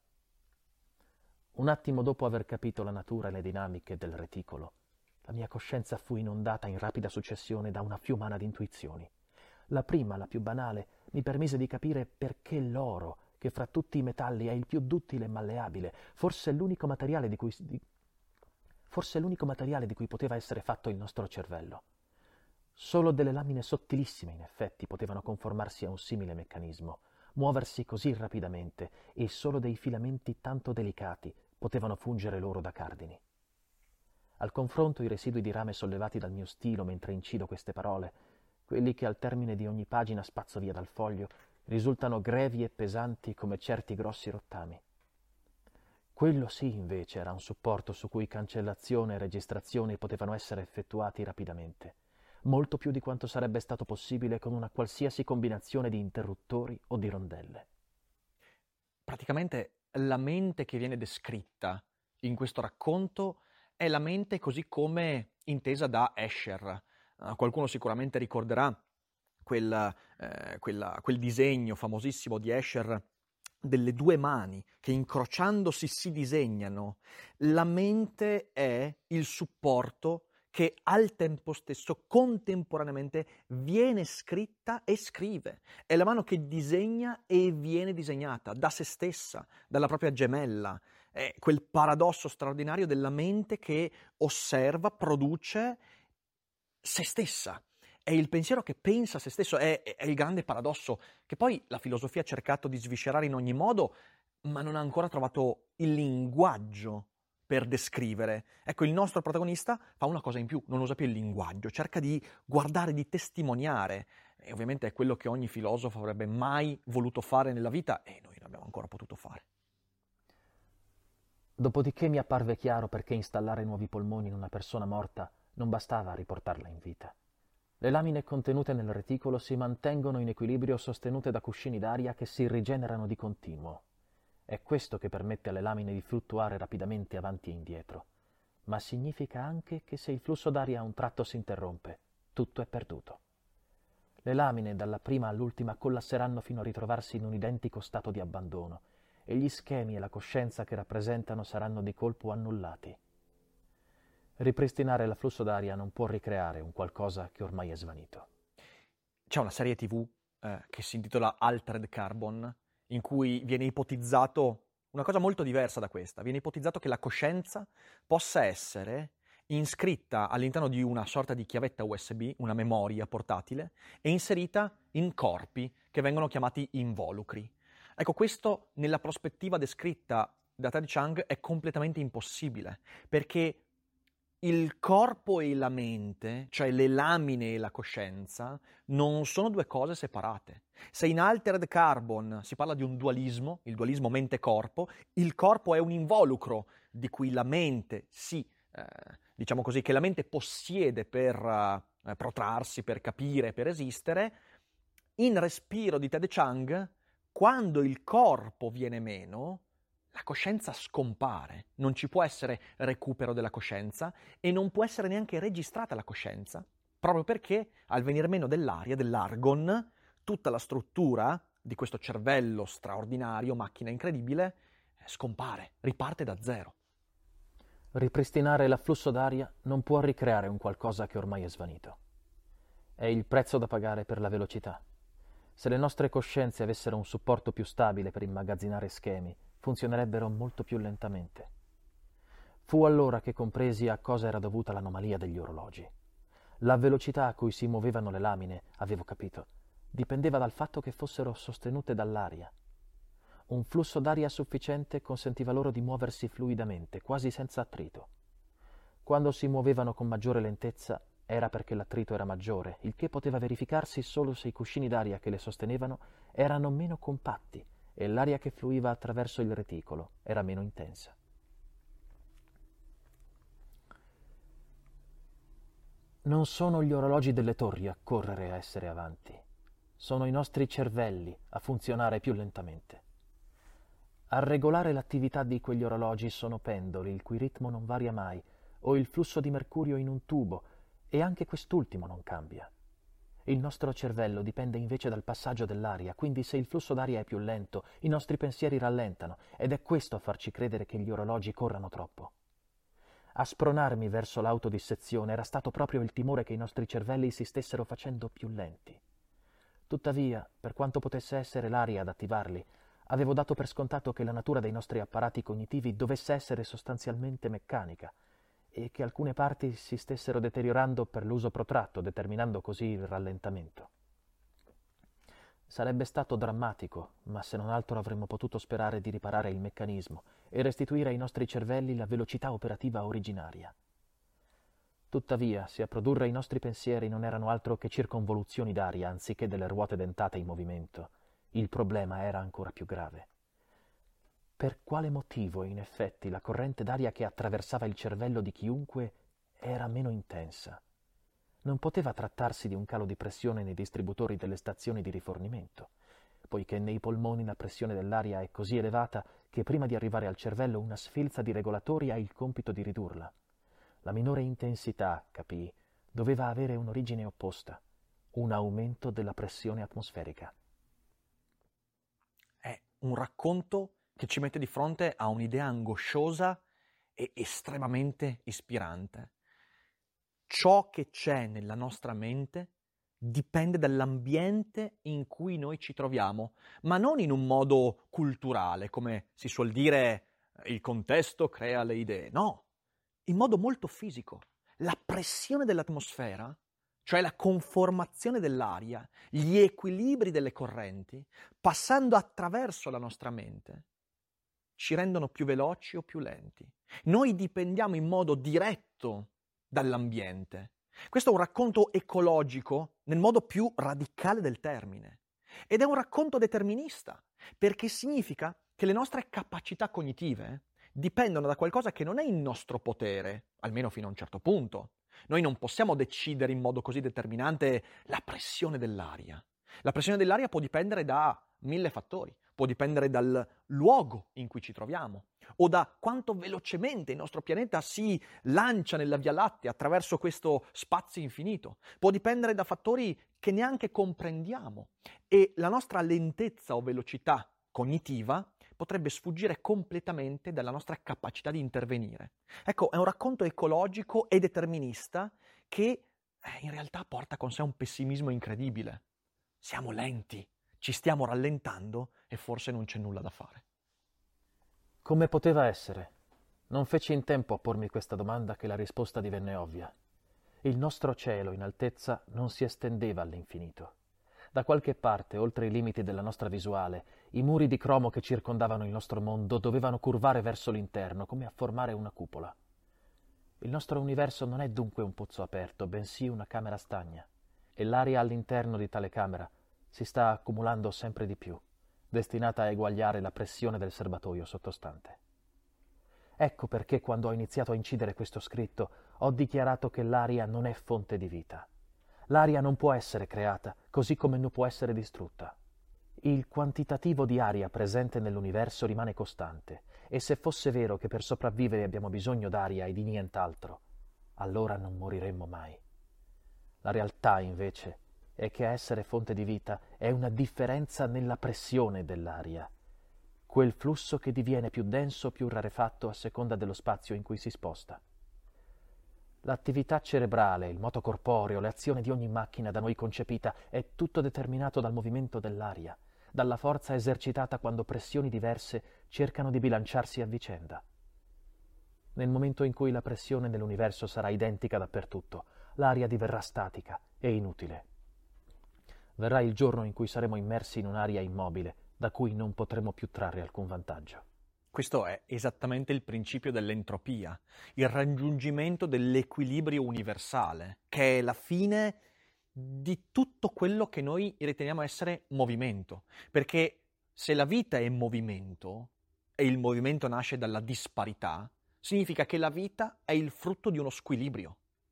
Un attimo dopo aver capito la natura e le dinamiche del reticolo, la mia coscienza fu inondata in rapida successione da una fiumana di intuizioni. La prima, la più banale, mi permise di capire perché l'oro, che fra tutti i metalli è il più duttile e malleabile, forse l'unico materiale di cui, di, forse l'unico materiale di cui poteva essere fatto il nostro cervello. Solo delle lamine sottilissime, in effetti, potevano conformarsi a un simile meccanismo, muoversi così rapidamente, e solo dei filamenti tanto delicati potevano fungere loro da cardini. Al confronto, i residui di rame sollevati dal mio stilo mentre incido queste parole, quelli che al termine di ogni pagina spazzo via dal foglio, risultano grevi e pesanti come certi grossi rottami. Quello sì, invece, era un supporto su cui cancellazione e registrazione potevano essere effettuati rapidamente, molto più di quanto sarebbe stato possibile con una qualsiasi combinazione di interruttori o di rondelle. Praticamente la mente che viene descritta in questo racconto è la mente così come intesa da Escher. Uh, qualcuno sicuramente ricorderà quel, eh, quella, quel disegno famosissimo di Escher delle due mani che incrociandosi si disegnano. La mente è il supporto che al tempo stesso, contemporaneamente, viene scritta e scrive. È la mano che disegna e viene disegnata da se stessa, dalla propria gemella. È quel paradosso straordinario della mente che osserva, produce se stessa. È il pensiero che pensa a se stesso, è, è il grande paradosso che poi la filosofia ha cercato di sviscerare in ogni modo, ma non ha ancora trovato il linguaggio per descrivere. Ecco, il nostro protagonista fa una cosa in più, non usa più il linguaggio, cerca di guardare, di testimoniare, e ovviamente è quello che ogni filosofo avrebbe mai voluto fare nella vita, e noi non abbiamo ancora potuto fare. Dopodiché mi apparve chiaro perché installare nuovi polmoni in una persona morta non bastava a riportarla in vita. Le lamine contenute nel reticolo si mantengono in equilibrio sostenute da cuscini d'aria che si rigenerano di continuo. È questo che permette alle lamine di fluttuare rapidamente avanti e indietro, ma significa anche che se il flusso d'aria a un tratto si interrompe, tutto è perduto. Le lamine dalla prima all'ultima collasseranno fino a ritrovarsi in un identico stato di abbandono e gli schemi e la coscienza che rappresentano saranno di colpo annullati. Ripristinare l'afflusso d'aria non può ricreare un qualcosa che ormai è svanito. C'è una serie tivù eh, che si intitola Altered Carbon, in cui viene ipotizzato una cosa molto diversa da questa. Viene ipotizzato che la coscienza possa essere iscritta all'interno di una sorta di chiavetta U S B, una memoria portatile, e inserita in corpi che vengono chiamati involucri. Ecco, questo nella prospettiva descritta da Ted Chiang è completamente impossibile, perché il corpo e la mente, cioè le lamine e la coscienza, non sono due cose separate. Se in Altered Carbon si parla di un dualismo, il dualismo mente-corpo, il corpo è un involucro di cui la mente si, eh, diciamo così, che la mente possiede per eh, protrarsi, per capire, per esistere. In Respiro di Ted Chiang, quando il corpo viene meno, la coscienza scompare, non ci può essere recupero della coscienza e non può essere neanche registrata la coscienza, proprio perché al venir meno dell'aria, dell'argon, tutta la struttura di questo cervello straordinario, macchina incredibile, scompare, riparte da zero. Ripristinare l'afflusso d'aria non può ricreare un qualcosa che ormai è svanito. È il prezzo da pagare per la velocità. Se le nostre coscienze avessero un supporto più stabile per immagazzinare schemi, funzionerebbero molto più lentamente. Fu allora che compresi a cosa era dovuta l'anomalia degli orologi. La velocità a cui si muovevano le lamine, avevo capito, dipendeva dal fatto che fossero sostenute dall'aria. Un flusso d'aria sufficiente consentiva loro di muoversi fluidamente, quasi senza attrito. Quando si muovevano con maggiore lentezza era perché l'attrito era maggiore, il che poteva verificarsi solo se i cuscini d'aria che le sostenevano erano meno compatti e l'aria che fluiva attraverso il reticolo era meno intensa. Non sono gli orologi delle torri a correre e a essere avanti, sono i nostri cervelli a funzionare più lentamente. A regolare l'attività di quegli orologi sono pendoli il cui ritmo non varia mai, o il flusso di mercurio in un tubo, e anche quest'ultimo non cambia. Il nostro cervello dipende invece dal passaggio dell'aria, quindi se il flusso d'aria è più lento, i nostri pensieri rallentano, ed è questo a farci credere che gli orologi corrano troppo. A spronarmi verso l'autodissezione era stato proprio il timore che i nostri cervelli si stessero facendo più lenti. Tuttavia, per quanto potesse essere l'aria ad attivarli, avevo dato per scontato che la natura dei nostri apparati cognitivi dovesse essere sostanzialmente meccanica e che alcune parti si stessero deteriorando per l'uso protratto, determinando così il rallentamento. Sarebbe stato drammatico, ma se non altro avremmo potuto sperare di riparare il meccanismo e restituire ai nostri cervelli la velocità operativa originaria. Tuttavia, se a produrre i nostri pensieri non erano altro che circonvoluzioni d'aria anziché delle ruote dentate in movimento, il problema era ancora più grave. Per quale motivo, in effetti, la corrente d'aria che attraversava il cervello di chiunque era meno intensa? Non poteva trattarsi di un calo di pressione nei distributori delle stazioni di rifornimento, poiché nei polmoni la pressione dell'aria è così elevata che prima di arrivare al cervello una sfilza di regolatori ha il compito di ridurla. La minore intensità, capii, doveva avere un'origine opposta, un aumento della pressione atmosferica. È un racconto che ci mette di fronte a un'idea angosciosa e estremamente ispirante. Ciò che c'è nella nostra mente dipende dall'ambiente in cui noi ci troviamo, ma non in un modo culturale, come si suol dire il contesto crea le idee, no, in modo molto fisico. La pressione dell'atmosfera, cioè la conformazione dell'aria, gli equilibri delle correnti, passando attraverso la nostra mente, ci rendono più veloci o più lenti. Noi dipendiamo in modo diretto dall'ambiente. Questo è un racconto ecologico nel modo più radicale del termine. Ed è un racconto determinista, perché significa che le nostre capacità cognitive dipendono da qualcosa che non è in nostro potere, almeno fino a un certo punto. Noi non possiamo decidere in modo così determinante la pressione dell'aria. La pressione dell'aria può dipendere da mille fattori. Può dipendere dal luogo in cui ci troviamo o da quanto velocemente il nostro pianeta si lancia nella Via Lattea attraverso questo spazio infinito. Può dipendere da fattori che neanche comprendiamo e la nostra lentezza o velocità cognitiva potrebbe sfuggire completamente dalla nostra capacità di intervenire. Ecco, è un racconto ecologico e determinista che eh, in realtà porta con sé un pessimismo incredibile. Siamo lenti. Ci stiamo rallentando e forse non c'è nulla da fare. Come poteva essere? Non feci in tempo a pormi questa domanda che la risposta divenne ovvia. Il nostro cielo in altezza non si estendeva all'infinito. Da qualche parte, oltre i limiti della nostra visuale, i muri di cromo che circondavano il nostro mondo dovevano curvare verso l'interno, come a formare una cupola. Il nostro universo non è dunque un pozzo aperto, bensì una camera stagna, e l'aria all'interno di tale camera si sta accumulando sempre di più, destinata a eguagliare la pressione del serbatoio sottostante. Ecco perché quando ho iniziato a incidere questo scritto ho dichiarato che l'aria non è fonte di vita. L'aria non può essere creata, così come non può essere distrutta. Il quantitativo di aria presente nell'universo rimane costante E se fosse vero che per sopravvivere abbiamo bisogno d'aria e di nient'altro, allora non moriremmo mai. La realtà, invece, è che a essere fonte di vita è una differenza nella pressione dell'aria, quel flusso che diviene più denso o più rarefatto a seconda dello spazio in cui si sposta. L'attività cerebrale, il moto corporeo, le azioni di ogni macchina da noi concepita è tutto determinato dal movimento dell'aria, dalla forza esercitata quando pressioni diverse cercano di bilanciarsi a vicenda. Nel momento in cui la pressione nell'universo sarà identica dappertutto, l'aria diverrà statica e inutile. Verrà il giorno in cui saremo immersi in un'aria immobile, da cui non potremo più trarre alcun vantaggio. Questo è esattamente il principio dell'entropia, il raggiungimento dell'equilibrio universale, che è la fine di tutto quello che noi riteniamo essere movimento. Perché se la vita è movimento, e il movimento nasce dalla disparità, significa che la vita è il frutto di uno squilibrio.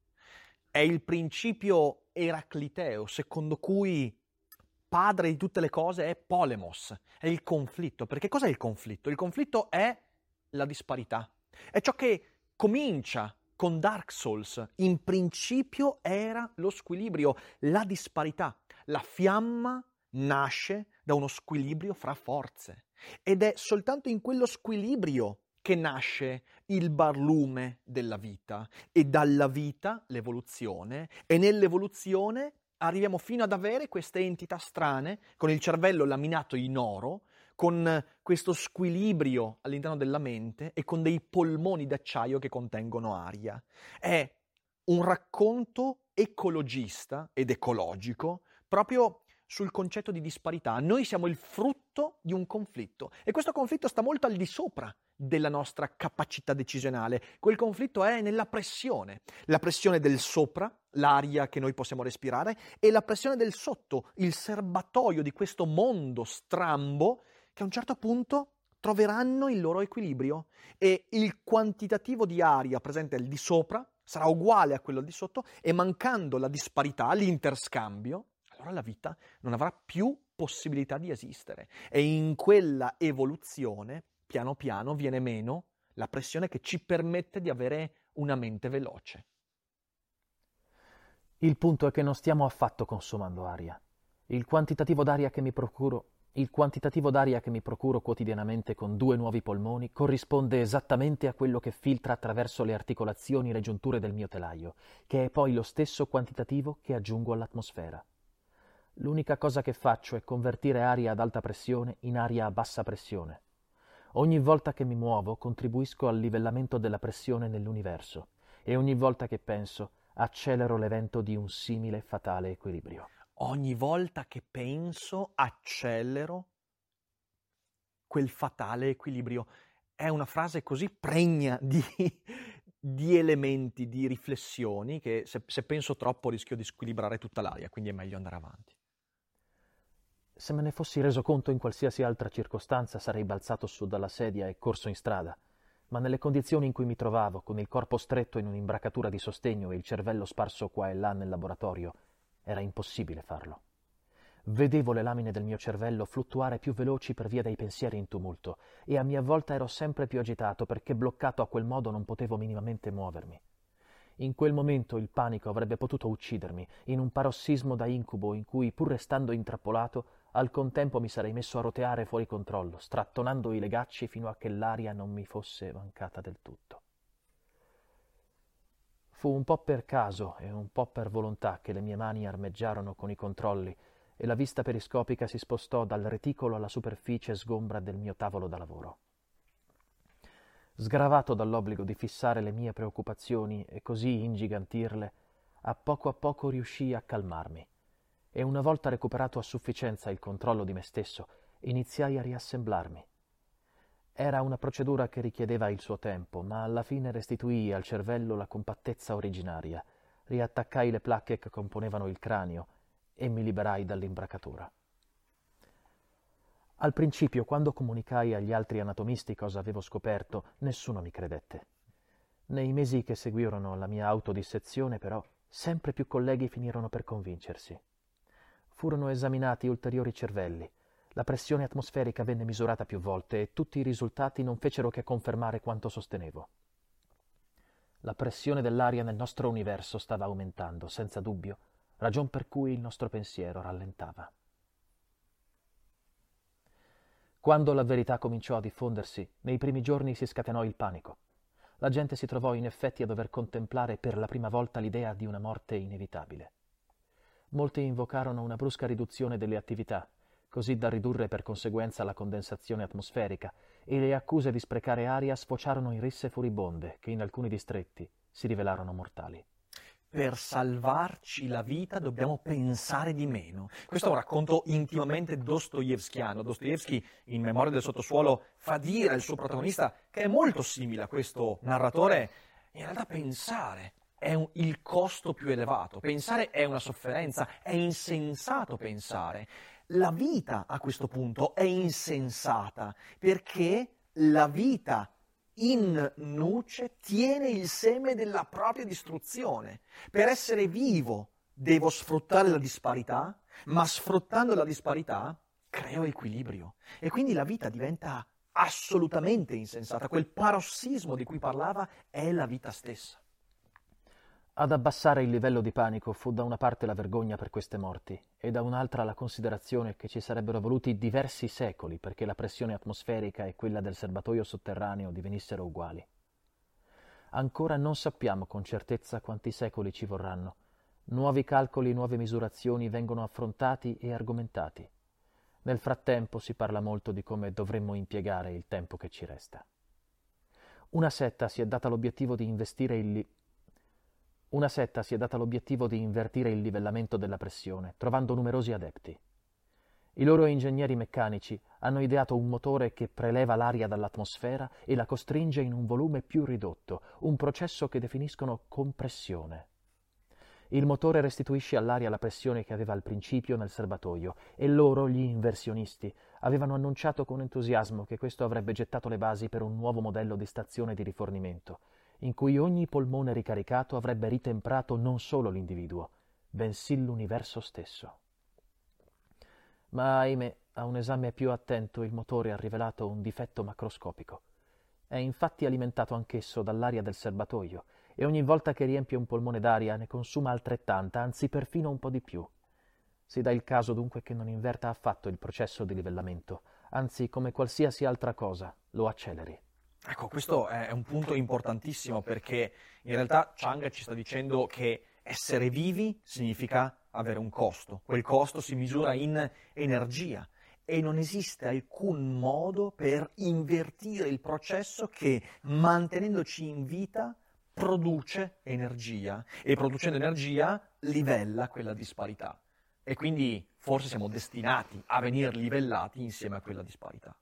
È il principio eracliteo, secondo cui padre di tutte le cose è polemos, è il conflitto. Perché cos'è il conflitto? Il conflitto è la disparità. È ciò che comincia con Dark Souls. In principio era lo squilibrio, la disparità. La fiamma nasce da uno squilibrio fra forze. Ed è soltanto in quello squilibrio che nasce il barlume della vita. E dalla vita l'evoluzione. E nell'evoluzione arriviamo fino ad avere queste entità strane, con il cervello laminato in oro, con questo squilibrio all'interno della mente e con dei polmoni d'acciaio che contengono aria. È un racconto ecologista ed ecologico proprio sul concetto di disparità. Noi siamo il frutto di un conflitto e questo conflitto sta molto al di sopra della nostra capacità decisionale. Quel conflitto è nella pressione, la pressione del sopra, l'aria che noi possiamo respirare, e la pressione del sotto, il serbatoio di questo mondo strambo che a un certo punto troveranno il loro equilibrio e il quantitativo di aria presente al di sopra sarà uguale a quello al di sotto e mancando la disparità, l'interscambio, allora la vita non avrà più possibilità di esistere e in quella evoluzione piano piano viene meno la pressione che ci permette di avere una mente veloce. Il punto è che non stiamo affatto consumando aria. Il quantitativo d'aria che mi procuro, il quantitativo d'aria che mi procuro quotidianamente con due nuovi polmoni corrisponde esattamente a quello che filtra attraverso le articolazioni e le giunture del mio telaio, che è poi lo stesso quantitativo che aggiungo all'atmosfera. L'unica cosa che faccio è convertire aria ad alta pressione in aria a bassa pressione. Ogni volta che mi muovo contribuisco al livellamento della pressione nell'universo e ogni volta che penso accelero l'evento di un simile fatale equilibrio. Ogni volta che penso accelero quel fatale equilibrio. È una frase così pregna di, di elementi, di riflessioni, che se, se penso troppo rischio di squilibrare tutta l'aria, quindi è meglio andare avanti. Se me ne fossi reso conto in qualsiasi altra circostanza sarei balzato su dalla sedia e corso in strada, ma nelle condizioni in cui mi trovavo, con il corpo stretto in un'imbracatura di sostegno e il cervello sparso qua e là nel laboratorio, era impossibile farlo. Vedevo le lamine del mio cervello fluttuare più veloci per via dei pensieri in tumulto e a mia volta ero sempre più agitato perché bloccato a quel modo non potevo minimamente muovermi. In quel momento il panico avrebbe potuto uccidermi in un parossismo da incubo in cui, pur restando intrappolato, al contempo mi sarei messo a roteare fuori controllo, strattonando i legacci fino a che l'aria non mi fosse mancata del tutto. Fu un po' per caso e un po' per volontà che le mie mani armeggiarono con i controlli e la vista periscopica si spostò dal reticolo alla superficie sgombra del mio tavolo da lavoro. Sgravato dall'obbligo di fissare le mie preoccupazioni e così ingigantirle, a poco a poco riuscii a calmarmi e una volta recuperato a sufficienza il controllo di me stesso, iniziai a riassemblarmi. Era una procedura che richiedeva il suo tempo, ma alla fine restituii al cervello la compattezza originaria, riattaccai le placche che componevano il cranio e mi liberai dall'imbracatura. Al principio, quando comunicai agli altri anatomisti cosa avevo scoperto, nessuno mi credette. Nei mesi che seguirono la mia autodissezione, però, sempre più colleghi finirono per convincersi. Furono esaminati ulteriori cervelli. La pressione atmosferica venne misurata più volte e tutti i risultati non fecero che confermare quanto sostenevo. La pressione dell'aria nel nostro universo stava aumentando, senza dubbio, ragion per cui il nostro pensiero rallentava. Quando la verità cominciò a diffondersi, nei primi giorni si scatenò il panico. La gente si trovò in effetti a dover contemplare per la prima volta l'idea di una morte inevitabile. Molti invocarono una brusca riduzione delle attività, così da ridurre per conseguenza la condensazione atmosferica, e le accuse di sprecare aria sfociarono in risse furibonde che in alcuni distretti si rivelarono mortali. Per salvarci la vita dobbiamo pensare di meno. Questo è un racconto intimamente dostoevskiano. Dostoevsky, in Memoria del sottosuolo, fa dire al suo protagonista, che è molto simile a questo narratore, in realtà pensare è un, il costo più elevato. Pensare è una sofferenza, è insensato pensare. La vita a questo punto è insensata perché la vita in nuce tiene il seme della propria distruzione. Per essere vivo devo sfruttare la disparità, ma sfruttando la disparità creo equilibrio. E quindi la vita diventa assolutamente insensata. Quel parossismo di cui parlava è la vita stessa. Ad abbassare il livello di panico fu da una parte la vergogna per queste morti e da un'altra la considerazione che ci sarebbero voluti diversi secoli perché la pressione atmosferica e quella del serbatoio sotterraneo divenissero uguali. Ancora non sappiamo con certezza quanti secoli ci vorranno. Nuovi calcoli e nuove misurazioni vengono affrontati e argomentati. Nel frattempo si parla molto di come dovremmo impiegare il tempo che ci resta. Una setta si è data l'obiettivo di investire il li- Una setta si è data l'obiettivo di invertire il livellamento della pressione, trovando numerosi adepti. I loro ingegneri meccanici hanno ideato un motore che preleva l'aria dall'atmosfera e la costringe in un volume più ridotto, un processo che definiscono compressione. Il motore restituisce all'aria la pressione che aveva al principio nel serbatoio e loro, gli inversionisti, avevano annunciato con entusiasmo che questo avrebbe gettato le basi per un nuovo modello di stazione di rifornimento, in cui ogni polmone ricaricato avrebbe ritemprato non solo l'individuo, bensì l'universo stesso. Ma ahimè, a un esame più attento il motore ha rivelato un difetto macroscopico. È infatti alimentato anch'esso dall'aria del serbatoio e ogni volta che riempie un polmone d'aria ne consuma altrettanta, anzi perfino un po' di più. Si dà il caso dunque che non inverta affatto il processo di livellamento, anzi come qualsiasi altra cosa lo acceleri. Ecco, questo è un punto importantissimo perché in realtà Chang ci sta dicendo che essere vivi significa avere un costo. Quel costo si misura in energia e non esiste alcun modo per invertire il processo che, mantenendoci in vita, produce energia e producendo energia livella quella disparità. E quindi forse siamo destinati a venire livellati insieme a quella disparità.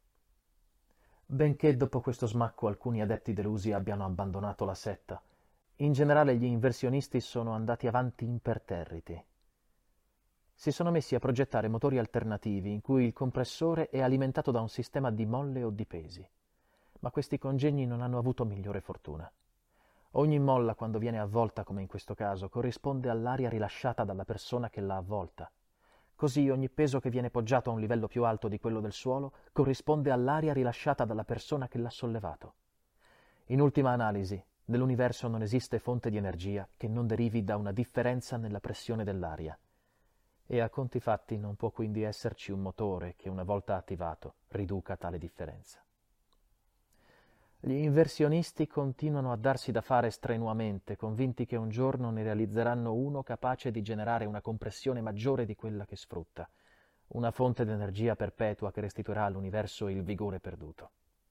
Benché dopo questo smacco alcuni adepti delusi abbiano abbandonato la setta, in generale gli inversionisti sono andati avanti imperterriti. Si sono messi a progettare motori alternativi in cui il compressore è alimentato da un sistema di molle o di pesi, ma questi congegni non hanno avuto migliore fortuna. Ogni molla, quando viene avvolta come in questo caso, corrisponde all'aria rilasciata dalla persona che l'ha avvolta. Così ogni peso che viene poggiato a un livello più alto di quello del suolo corrisponde all'aria rilasciata dalla persona che l'ha sollevato. In ultima analisi, nell'universo non esiste fonte di energia che non derivi da una differenza nella pressione dell'aria. E a conti fatti non può quindi esserci un motore che, una volta attivato, riduca tale differenza. Gli inversionisti continuano a darsi da fare strenuamente, convinti che un giorno ne realizzeranno uno capace di generare una compressione maggiore di quella che sfrutta, una fonte di energia perpetua che restituirà all'universo il vigore perduto.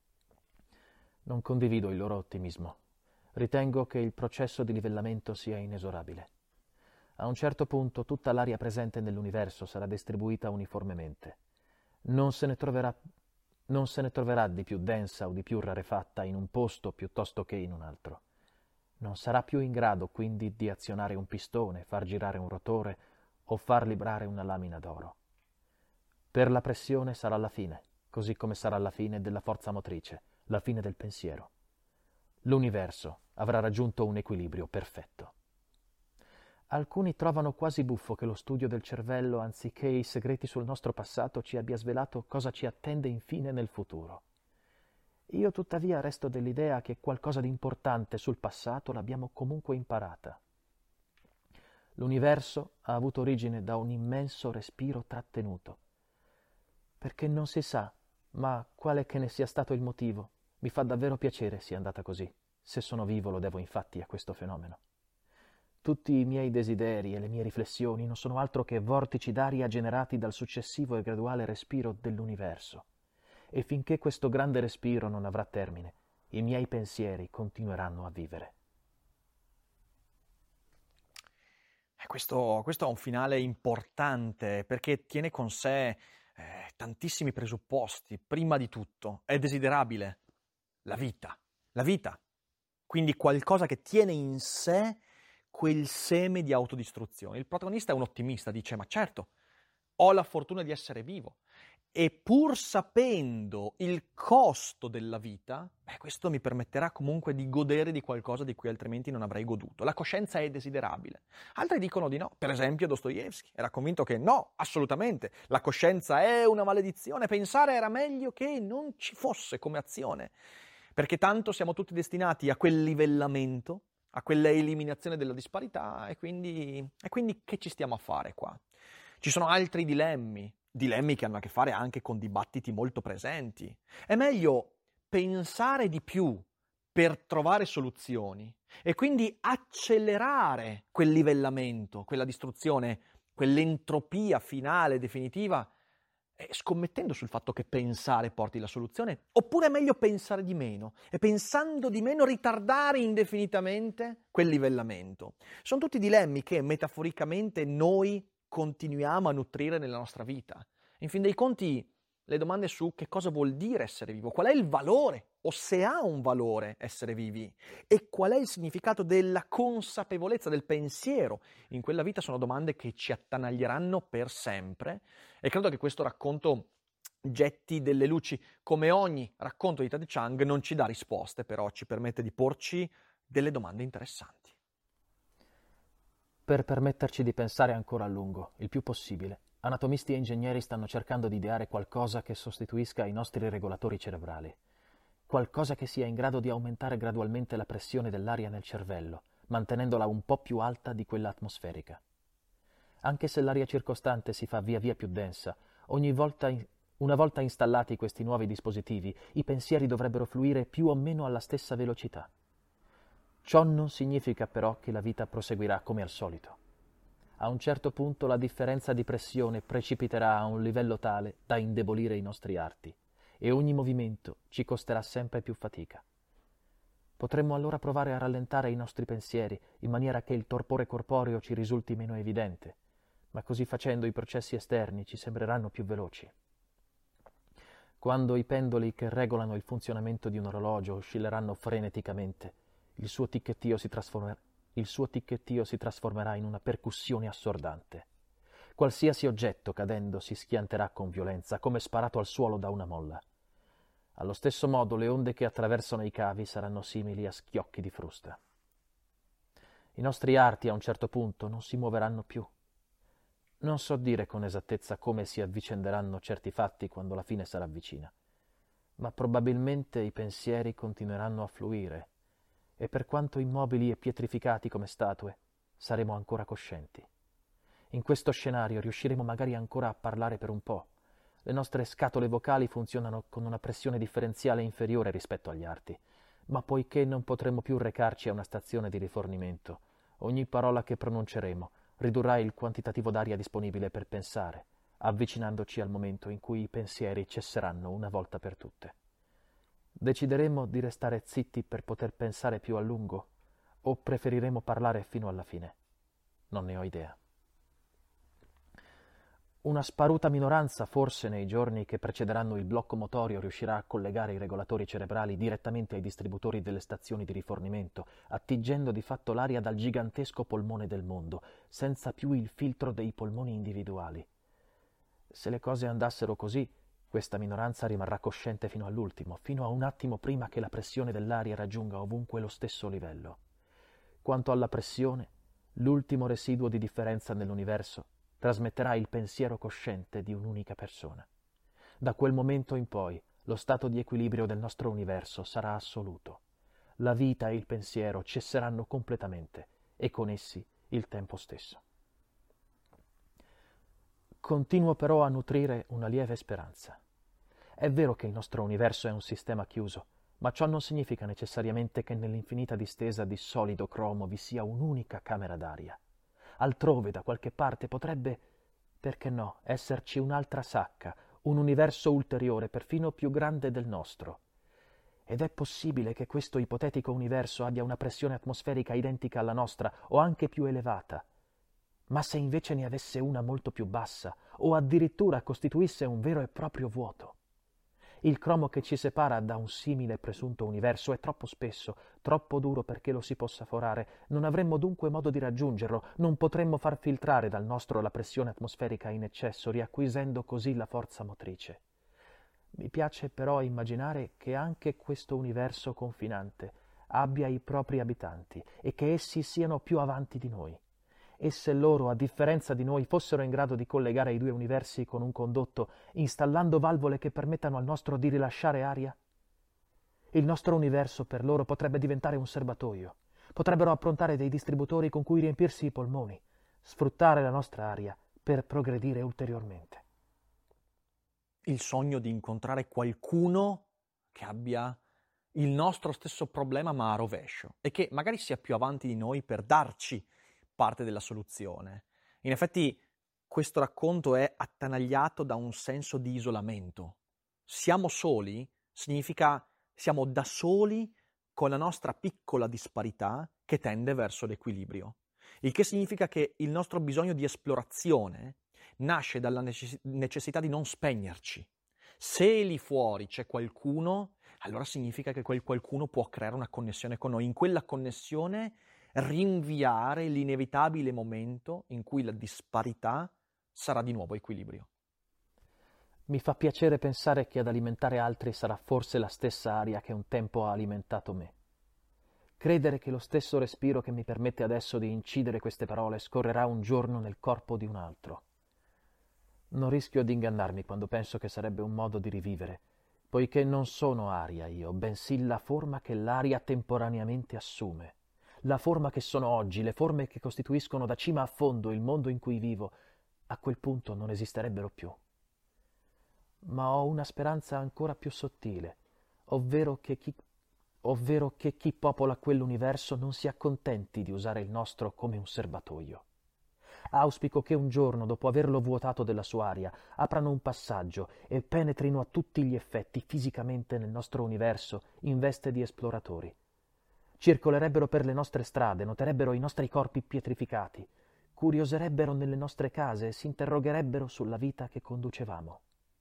Non condivido il loro ottimismo. Ritengo che il processo di livellamento sia inesorabile. A un certo punto tutta l'aria presente nell'universo sarà distribuita uniformemente. Non se ne troverà Non se ne troverà di più densa o di più rarefatta in un posto piuttosto che in un altro. Non sarà più in grado quindi di azionare un pistone, far girare un rotore o far librare una lamina d'oro. Per la pressione sarà la fine, così come sarà la fine della forza motrice, la fine del pensiero. L'universo avrà raggiunto un equilibrio perfetto. Alcuni trovano quasi buffo che lo studio del cervello, anziché i segreti sul nostro passato, ci abbia svelato cosa ci attende infine nel futuro. Io tuttavia resto dell'idea che qualcosa di importante sul passato l'abbiamo comunque imparata. L'universo ha avuto origine da un immenso respiro trattenuto. Perché non si sa, ma quale che ne sia stato il motivo, mi fa davvero piacere sia andata così. Se sono vivo lo devo infatti a questo fenomeno. Tutti i miei desideri e le mie riflessioni non sono altro che vortici d'aria generati dal successivo e graduale respiro dell'universo. E finché questo grande respiro non avrà termine, i miei pensieri continueranno a vivere. Questo, questo è un finale importante perché tiene con sé eh, tantissimi presupposti. Prima di tutto, è desiderabile la vita. La vita. Quindi qualcosa che tiene in sé quel seme di autodistruzione. Il protagonista è un ottimista, dice, ma certo, ho la fortuna di essere vivo e pur sapendo il costo della vita, beh, questo mi permetterà comunque di godere di qualcosa di cui altrimenti non avrei goduto. La coscienza è desiderabile. Altri dicono di no. Per esempio Dostoevskij era convinto che no, assolutamente, la coscienza è una maledizione, pensare era meglio che non ci fosse come azione, perché tanto siamo tutti destinati a quel livellamento, a quella eliminazione della disparità, e quindi, e quindi che ci stiamo a fare qua? Ci sono altri dilemmi, dilemmi che hanno a che fare anche con dibattiti molto presenti. È meglio pensare di più per trovare soluzioni e quindi accelerare quel livellamento, quella distruzione, quell'entropia finale, definitiva, eh, scommettendo sul fatto che pensare porti la soluzione, oppure è meglio pensare di meno e pensando di meno ritardare indefinitamente quel livellamento. Sono tutti dilemmi che metaforicamente noi continuiamo a nutrire nella nostra vita. In fin dei conti, le domande su che cosa vuol dire essere vivo, qual è il valore o se ha un valore essere vivi e qual è il significato della consapevolezza, del pensiero in quella vita, sono domande che ci attanaglieranno per sempre, e credo che questo racconto getti delle luci. Come ogni racconto di Ted Chiang non ci dà risposte, però ci permette di porci delle domande interessanti. Per permetterci di pensare ancora a lungo, il più possibile, anatomisti e ingegneri stanno cercando di ideare qualcosa che sostituisca i nostri regolatori cerebrali. Qualcosa che sia in grado di aumentare gradualmente la pressione dell'aria nel cervello, mantenendola un po' più alta di quella atmosferica. Anche se l'aria circostante si fa via via più densa, ogni volta in... una volta installati questi nuovi dispositivi, i pensieri dovrebbero fluire più o meno alla stessa velocità. Ciò non significa però che la vita proseguirà come al solito. A un certo punto la differenza di pressione precipiterà a un livello tale da indebolire i nostri arti e ogni movimento ci costerà sempre più fatica. Potremmo allora provare a rallentare i nostri pensieri in maniera che il torpore corporeo ci risulti meno evidente, ma così facendo i processi esterni ci sembreranno più veloci. Quando i pendoli che regolano il funzionamento di un orologio oscilleranno freneticamente, il suo ticchettio si trasformerà il suo ticchettio si trasformerà in una percussione assordante. Qualsiasi oggetto cadendo si schianterà con violenza, come sparato al suolo da una molla. Allo stesso modo le onde che attraversano i cavi saranno simili a schiocchi di frusta. I nostri arti a un certo punto non si muoveranno più. Non so dire con esattezza come si avvicenderanno certi fatti quando la fine sarà vicina, ma probabilmente i pensieri continueranno a fluire, e per quanto immobili e pietrificati come statue, saremo ancora coscienti. In questo scenario riusciremo magari ancora a parlare per un po'. Le nostre scatole vocali funzionano con una pressione differenziale inferiore rispetto agli arti, ma poiché non potremo più recarci a una stazione di rifornimento, ogni parola che pronunceremo ridurrà il quantitativo d'aria disponibile per pensare, avvicinandoci al momento in cui i pensieri cesseranno una volta per tutte. Decideremo di restare zitti per poter pensare più a lungo o preferiremo parlare fino alla fine? Non ne ho idea. Una sparuta minoranza, forse nei giorni che precederanno il blocco motorio, riuscirà a collegare i regolatori cerebrali direttamente ai distributori delle stazioni di rifornimento, attingendo di fatto l'aria dal gigantesco polmone del mondo, senza più il filtro dei polmoni individuali. Se le cose andassero così, questa minoranza rimarrà cosciente fino all'ultimo, fino a un attimo prima che la pressione dell'aria raggiunga ovunque lo stesso livello. Quanto alla pressione, l'ultimo residuo di differenza nell'universo trasmetterà il pensiero cosciente di un'unica persona. Da quel momento in poi lo stato di equilibrio del nostro universo sarà assoluto. La vita e il pensiero cesseranno completamente e con essi il tempo stesso. Continuo però a nutrire una lieve speranza. È vero che il nostro universo è un sistema chiuso, ma ciò non significa necessariamente che nell'infinita distesa di solido cromo vi sia un'unica camera d'aria. Altrove, da qualche parte, potrebbe, perché no, esserci un'altra sacca, un universo ulteriore, perfino più grande del nostro. Ed è possibile che questo ipotetico universo abbia una pressione atmosferica identica alla nostra o anche più elevata. Ma se invece ne avesse una molto più bassa, o addirittura costituisse un vero e proprio vuoto? Il cromo che ci separa da un simile presunto universo è troppo spesso, troppo duro perché lo si possa forare. Non avremmo dunque modo di raggiungerlo, non potremmo far filtrare dal nostro la pressione atmosferica in eccesso, riacquisendo così la forza motrice. Mi piace però immaginare che anche questo universo confinante abbia i propri abitanti e che essi siano più avanti di noi. E se loro, a differenza di noi, fossero in grado di collegare i due universi con un condotto, installando valvole che permettano al nostro di rilasciare aria? Il nostro universo per loro potrebbe diventare un serbatoio. Potrebbero approntare dei distributori con cui riempirsi i polmoni, sfruttare la nostra aria per progredire ulteriormente. Il sogno di incontrare qualcuno che abbia il nostro stesso problema ma a rovescio e che magari sia più avanti di noi per darci parte della soluzione. In effetti questo racconto è attanagliato da un senso di isolamento. Siamo soli significa siamo da soli con la nostra piccola disparità che tende verso l'equilibrio, il che significa che il nostro bisogno di esplorazione nasce dalla necessità di non spegnerci. Se lì fuori c'è qualcuno, allora significa che quel qualcuno può creare una connessione con noi. In quella connessione rinviare l'inevitabile momento in cui la disparità sarà di nuovo equilibrio. Mi fa piacere pensare che ad alimentare altri sarà forse la stessa aria che un tempo ha alimentato me. Credere che lo stesso respiro che mi permette adesso di incidere queste parole scorrerà un giorno nel corpo di un altro. Non rischio di ingannarmi quando penso che sarebbe un modo di rivivere, poiché non sono aria io, bensì la forma che l'aria temporaneamente assume. La forma che sono oggi, le forme che costituiscono da cima a fondo il mondo in cui vivo, a quel punto non esisterebbero più. Ma ho una speranza ancora più sottile, ovvero che chi, ovvero che chi popola quell'universo non si accontenti di usare il nostro come un serbatoio. Auspico che un giorno, dopo averlo vuotato della sua aria, aprano un passaggio e penetrino a tutti gli effetti fisicamente nel nostro universo in veste di esploratori. Circolerebbero per le nostre strade, noterebbero i nostri corpi pietrificati, curioserebbero nelle nostre case e si interrogherebbero sulla vita che conducevamo.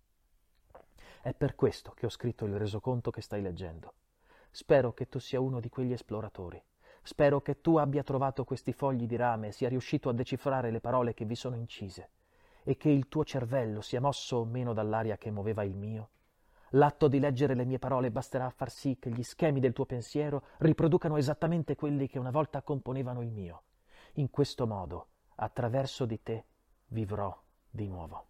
È per questo che ho scritto il resoconto che stai leggendo. Spero che tu sia uno di quegli esploratori. Spero che tu abbia trovato questi fogli di rame e sia riuscito a decifrare le parole che vi sono incise, e che il tuo cervello sia mosso o meno dall'aria che muoveva il mio. L'atto di leggere le mie parole basterà a far sì che gli schemi del tuo pensiero riproducano esattamente quelli che una volta componevano il mio. In questo modo, attraverso di te, vivrò di nuovo.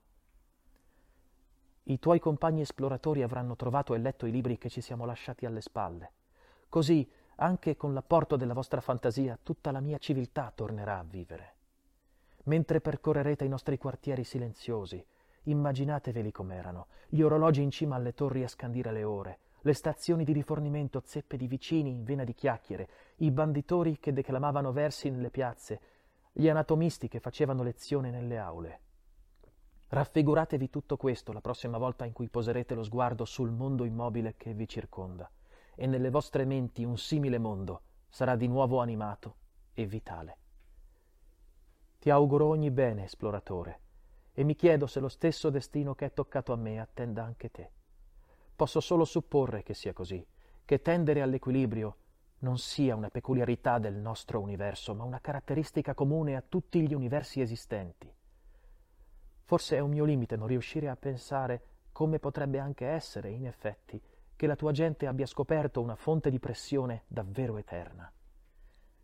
I tuoi compagni esploratori avranno trovato e letto i libri che ci siamo lasciati alle spalle. Così, anche con l'apporto della vostra fantasia, tutta la mia civiltà tornerà a vivere. Mentre percorrerete i nostri quartieri silenziosi, immaginateveli com'erano, gli orologi in cima alle torri a scandire le ore, le stazioni di rifornimento zeppe di vicini in vena di chiacchiere, i banditori che declamavano versi nelle piazze, gli anatomisti che facevano lezione nelle aule. Raffiguratevi tutto questo la prossima volta in cui poserete lo sguardo sul mondo immobile che vi circonda, e nelle vostre menti un simile mondo sarà di nuovo animato e vitale. Ti auguro ogni bene, esploratore, e mi chiedo se lo stesso destino che è toccato a me attenda anche te. Posso solo supporre che sia così, che tendere all'equilibrio non sia una peculiarità del nostro universo, ma una caratteristica comune a tutti gli universi esistenti. Forse è un mio limite non riuscire a pensare come potrebbe anche essere, in effetti, che la tua gente abbia scoperto una fonte di pressione davvero eterna.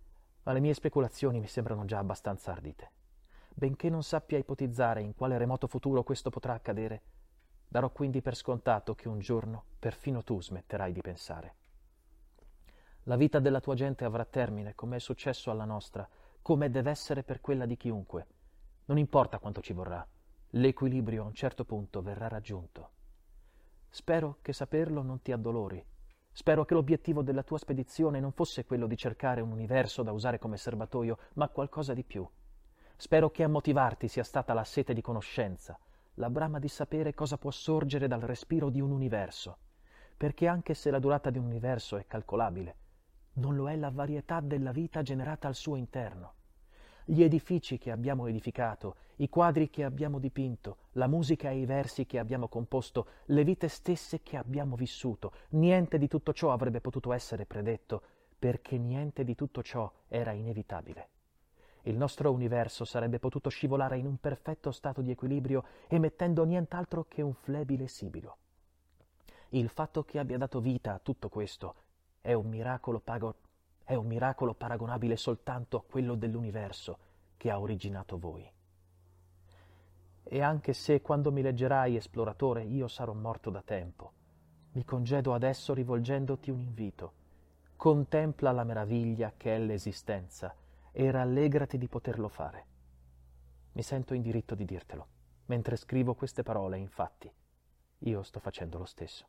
ma le mie speculazioni mi sembrano già abbastanza ardite. Benché non sappia ipotizzare in quale remoto futuro questo potrà accadere, darò quindi per scontato che un giorno perfino tu smetterai di pensare. La vita della tua gente avrà termine, come è successo alla nostra, come deve essere per quella di chiunque. Non importa quanto ci vorrà, l'equilibrio a un certo punto verrà raggiunto. Spero che saperlo non ti addolori. Spero che l'obiettivo della tua spedizione non fosse quello di cercare un universo da usare come serbatoio, ma qualcosa di più. Spero che a motivarti sia stata la sete di conoscenza, la brama di sapere cosa può sorgere dal respiro di un universo, perché anche se la durata di un universo è calcolabile, non lo è la varietà della vita generata al suo interno. Gli edifici che abbiamo edificato, i quadri che abbiamo dipinto, la musica e i versi che abbiamo composto, le vite stesse che abbiamo vissuto, niente di tutto ciò avrebbe potuto essere predetto, perché niente di tutto ciò era inevitabile. Il nostro universo sarebbe potuto scivolare in un perfetto stato di equilibrio emettendo nient'altro che un flebile sibilo. Il fatto che abbia dato vita a tutto questo è un miracolo pago, è un miracolo paragonabile soltanto a quello dell'universo che ha originato voi. E anche se quando mi leggerai, esploratore, io sarò morto da tempo, mi congedo adesso rivolgendoti un invito. Contempla la meraviglia che è l'esistenza e rallegrati di poterlo fare. Mi sento in diritto di dirtelo. Mentre scrivo queste parole, infatti, io sto facendo lo stesso.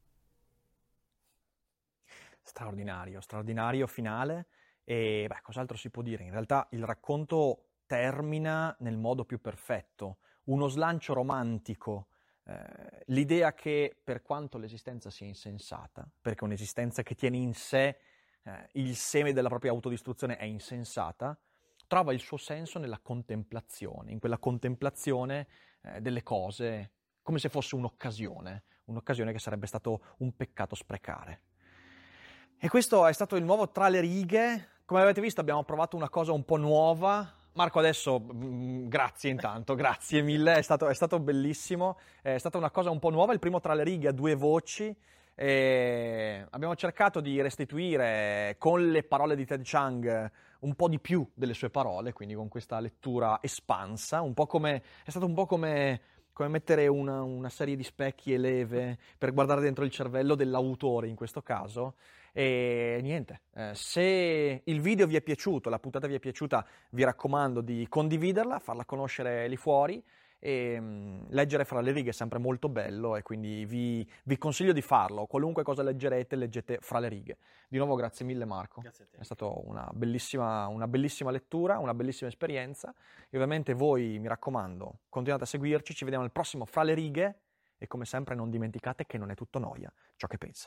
Straordinario, straordinario finale. E beh, cos'altro si può dire? In realtà il racconto termina nel modo più perfetto. Uno slancio romantico, eh, l'idea che per quanto l'esistenza sia insensata, perché un'esistenza che tiene in sé eh, il seme della propria autodistruzione è insensata, trova il suo senso nella contemplazione, in quella contemplazione eh, delle cose, come se fosse un'occasione, un'occasione che sarebbe stato un peccato sprecare. E questo è stato il nuovo Tra le righe. Come avete visto abbiamo provato una cosa un po' nuova. Marco, adesso mh, grazie intanto, grazie mille, è stato, è stato bellissimo, è stata una cosa un po' nuova, il primo Tra le righe a due voci. E abbiamo cercato di restituire con le parole di Ted Chiang un po' di più delle sue parole, quindi con questa lettura espansa, un po' come, è stato un po' come, come mettere una, una serie di specchi e leve per guardare dentro il cervello dell'autore in questo caso. E niente, eh, se il video vi è piaciuto, la puntata vi è piaciuta, vi raccomando di condividerla, farla conoscere lì fuori. E mh, leggere fra le righe è sempre molto bello e quindi vi, vi consiglio di farlo. Qualunque cosa leggerete, leggete fra le righe. Di nuovo grazie mille Marco, Grazie a te. è stata una bellissima, una bellissima lettura, una bellissima esperienza e ovviamente voi, mi raccomando, continuate a seguirci, ci vediamo al prossimo Fra le righe e come sempre non dimenticate che non è tutto noia ciò che pensa.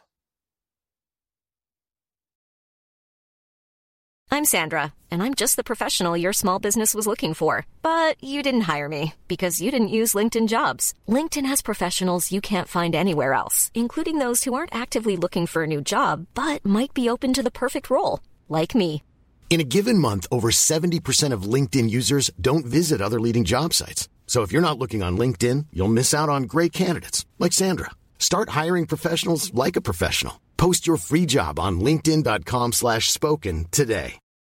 I'm Sandra, and I'm just the professional your small business was looking for. But you didn't hire me because you didn't use LinkedIn Jobs. LinkedIn has professionals you can't find anywhere else, including those who aren't actively looking for a new job, but might be open to the perfect role, like me. In a given month, over seventy percent of LinkedIn users don't visit other leading job sites. So if you're not looking on LinkedIn, you'll miss out on great candidates, like Sandra. Start hiring professionals like a professional. Post your free job on linkedin dot com slash spoken today.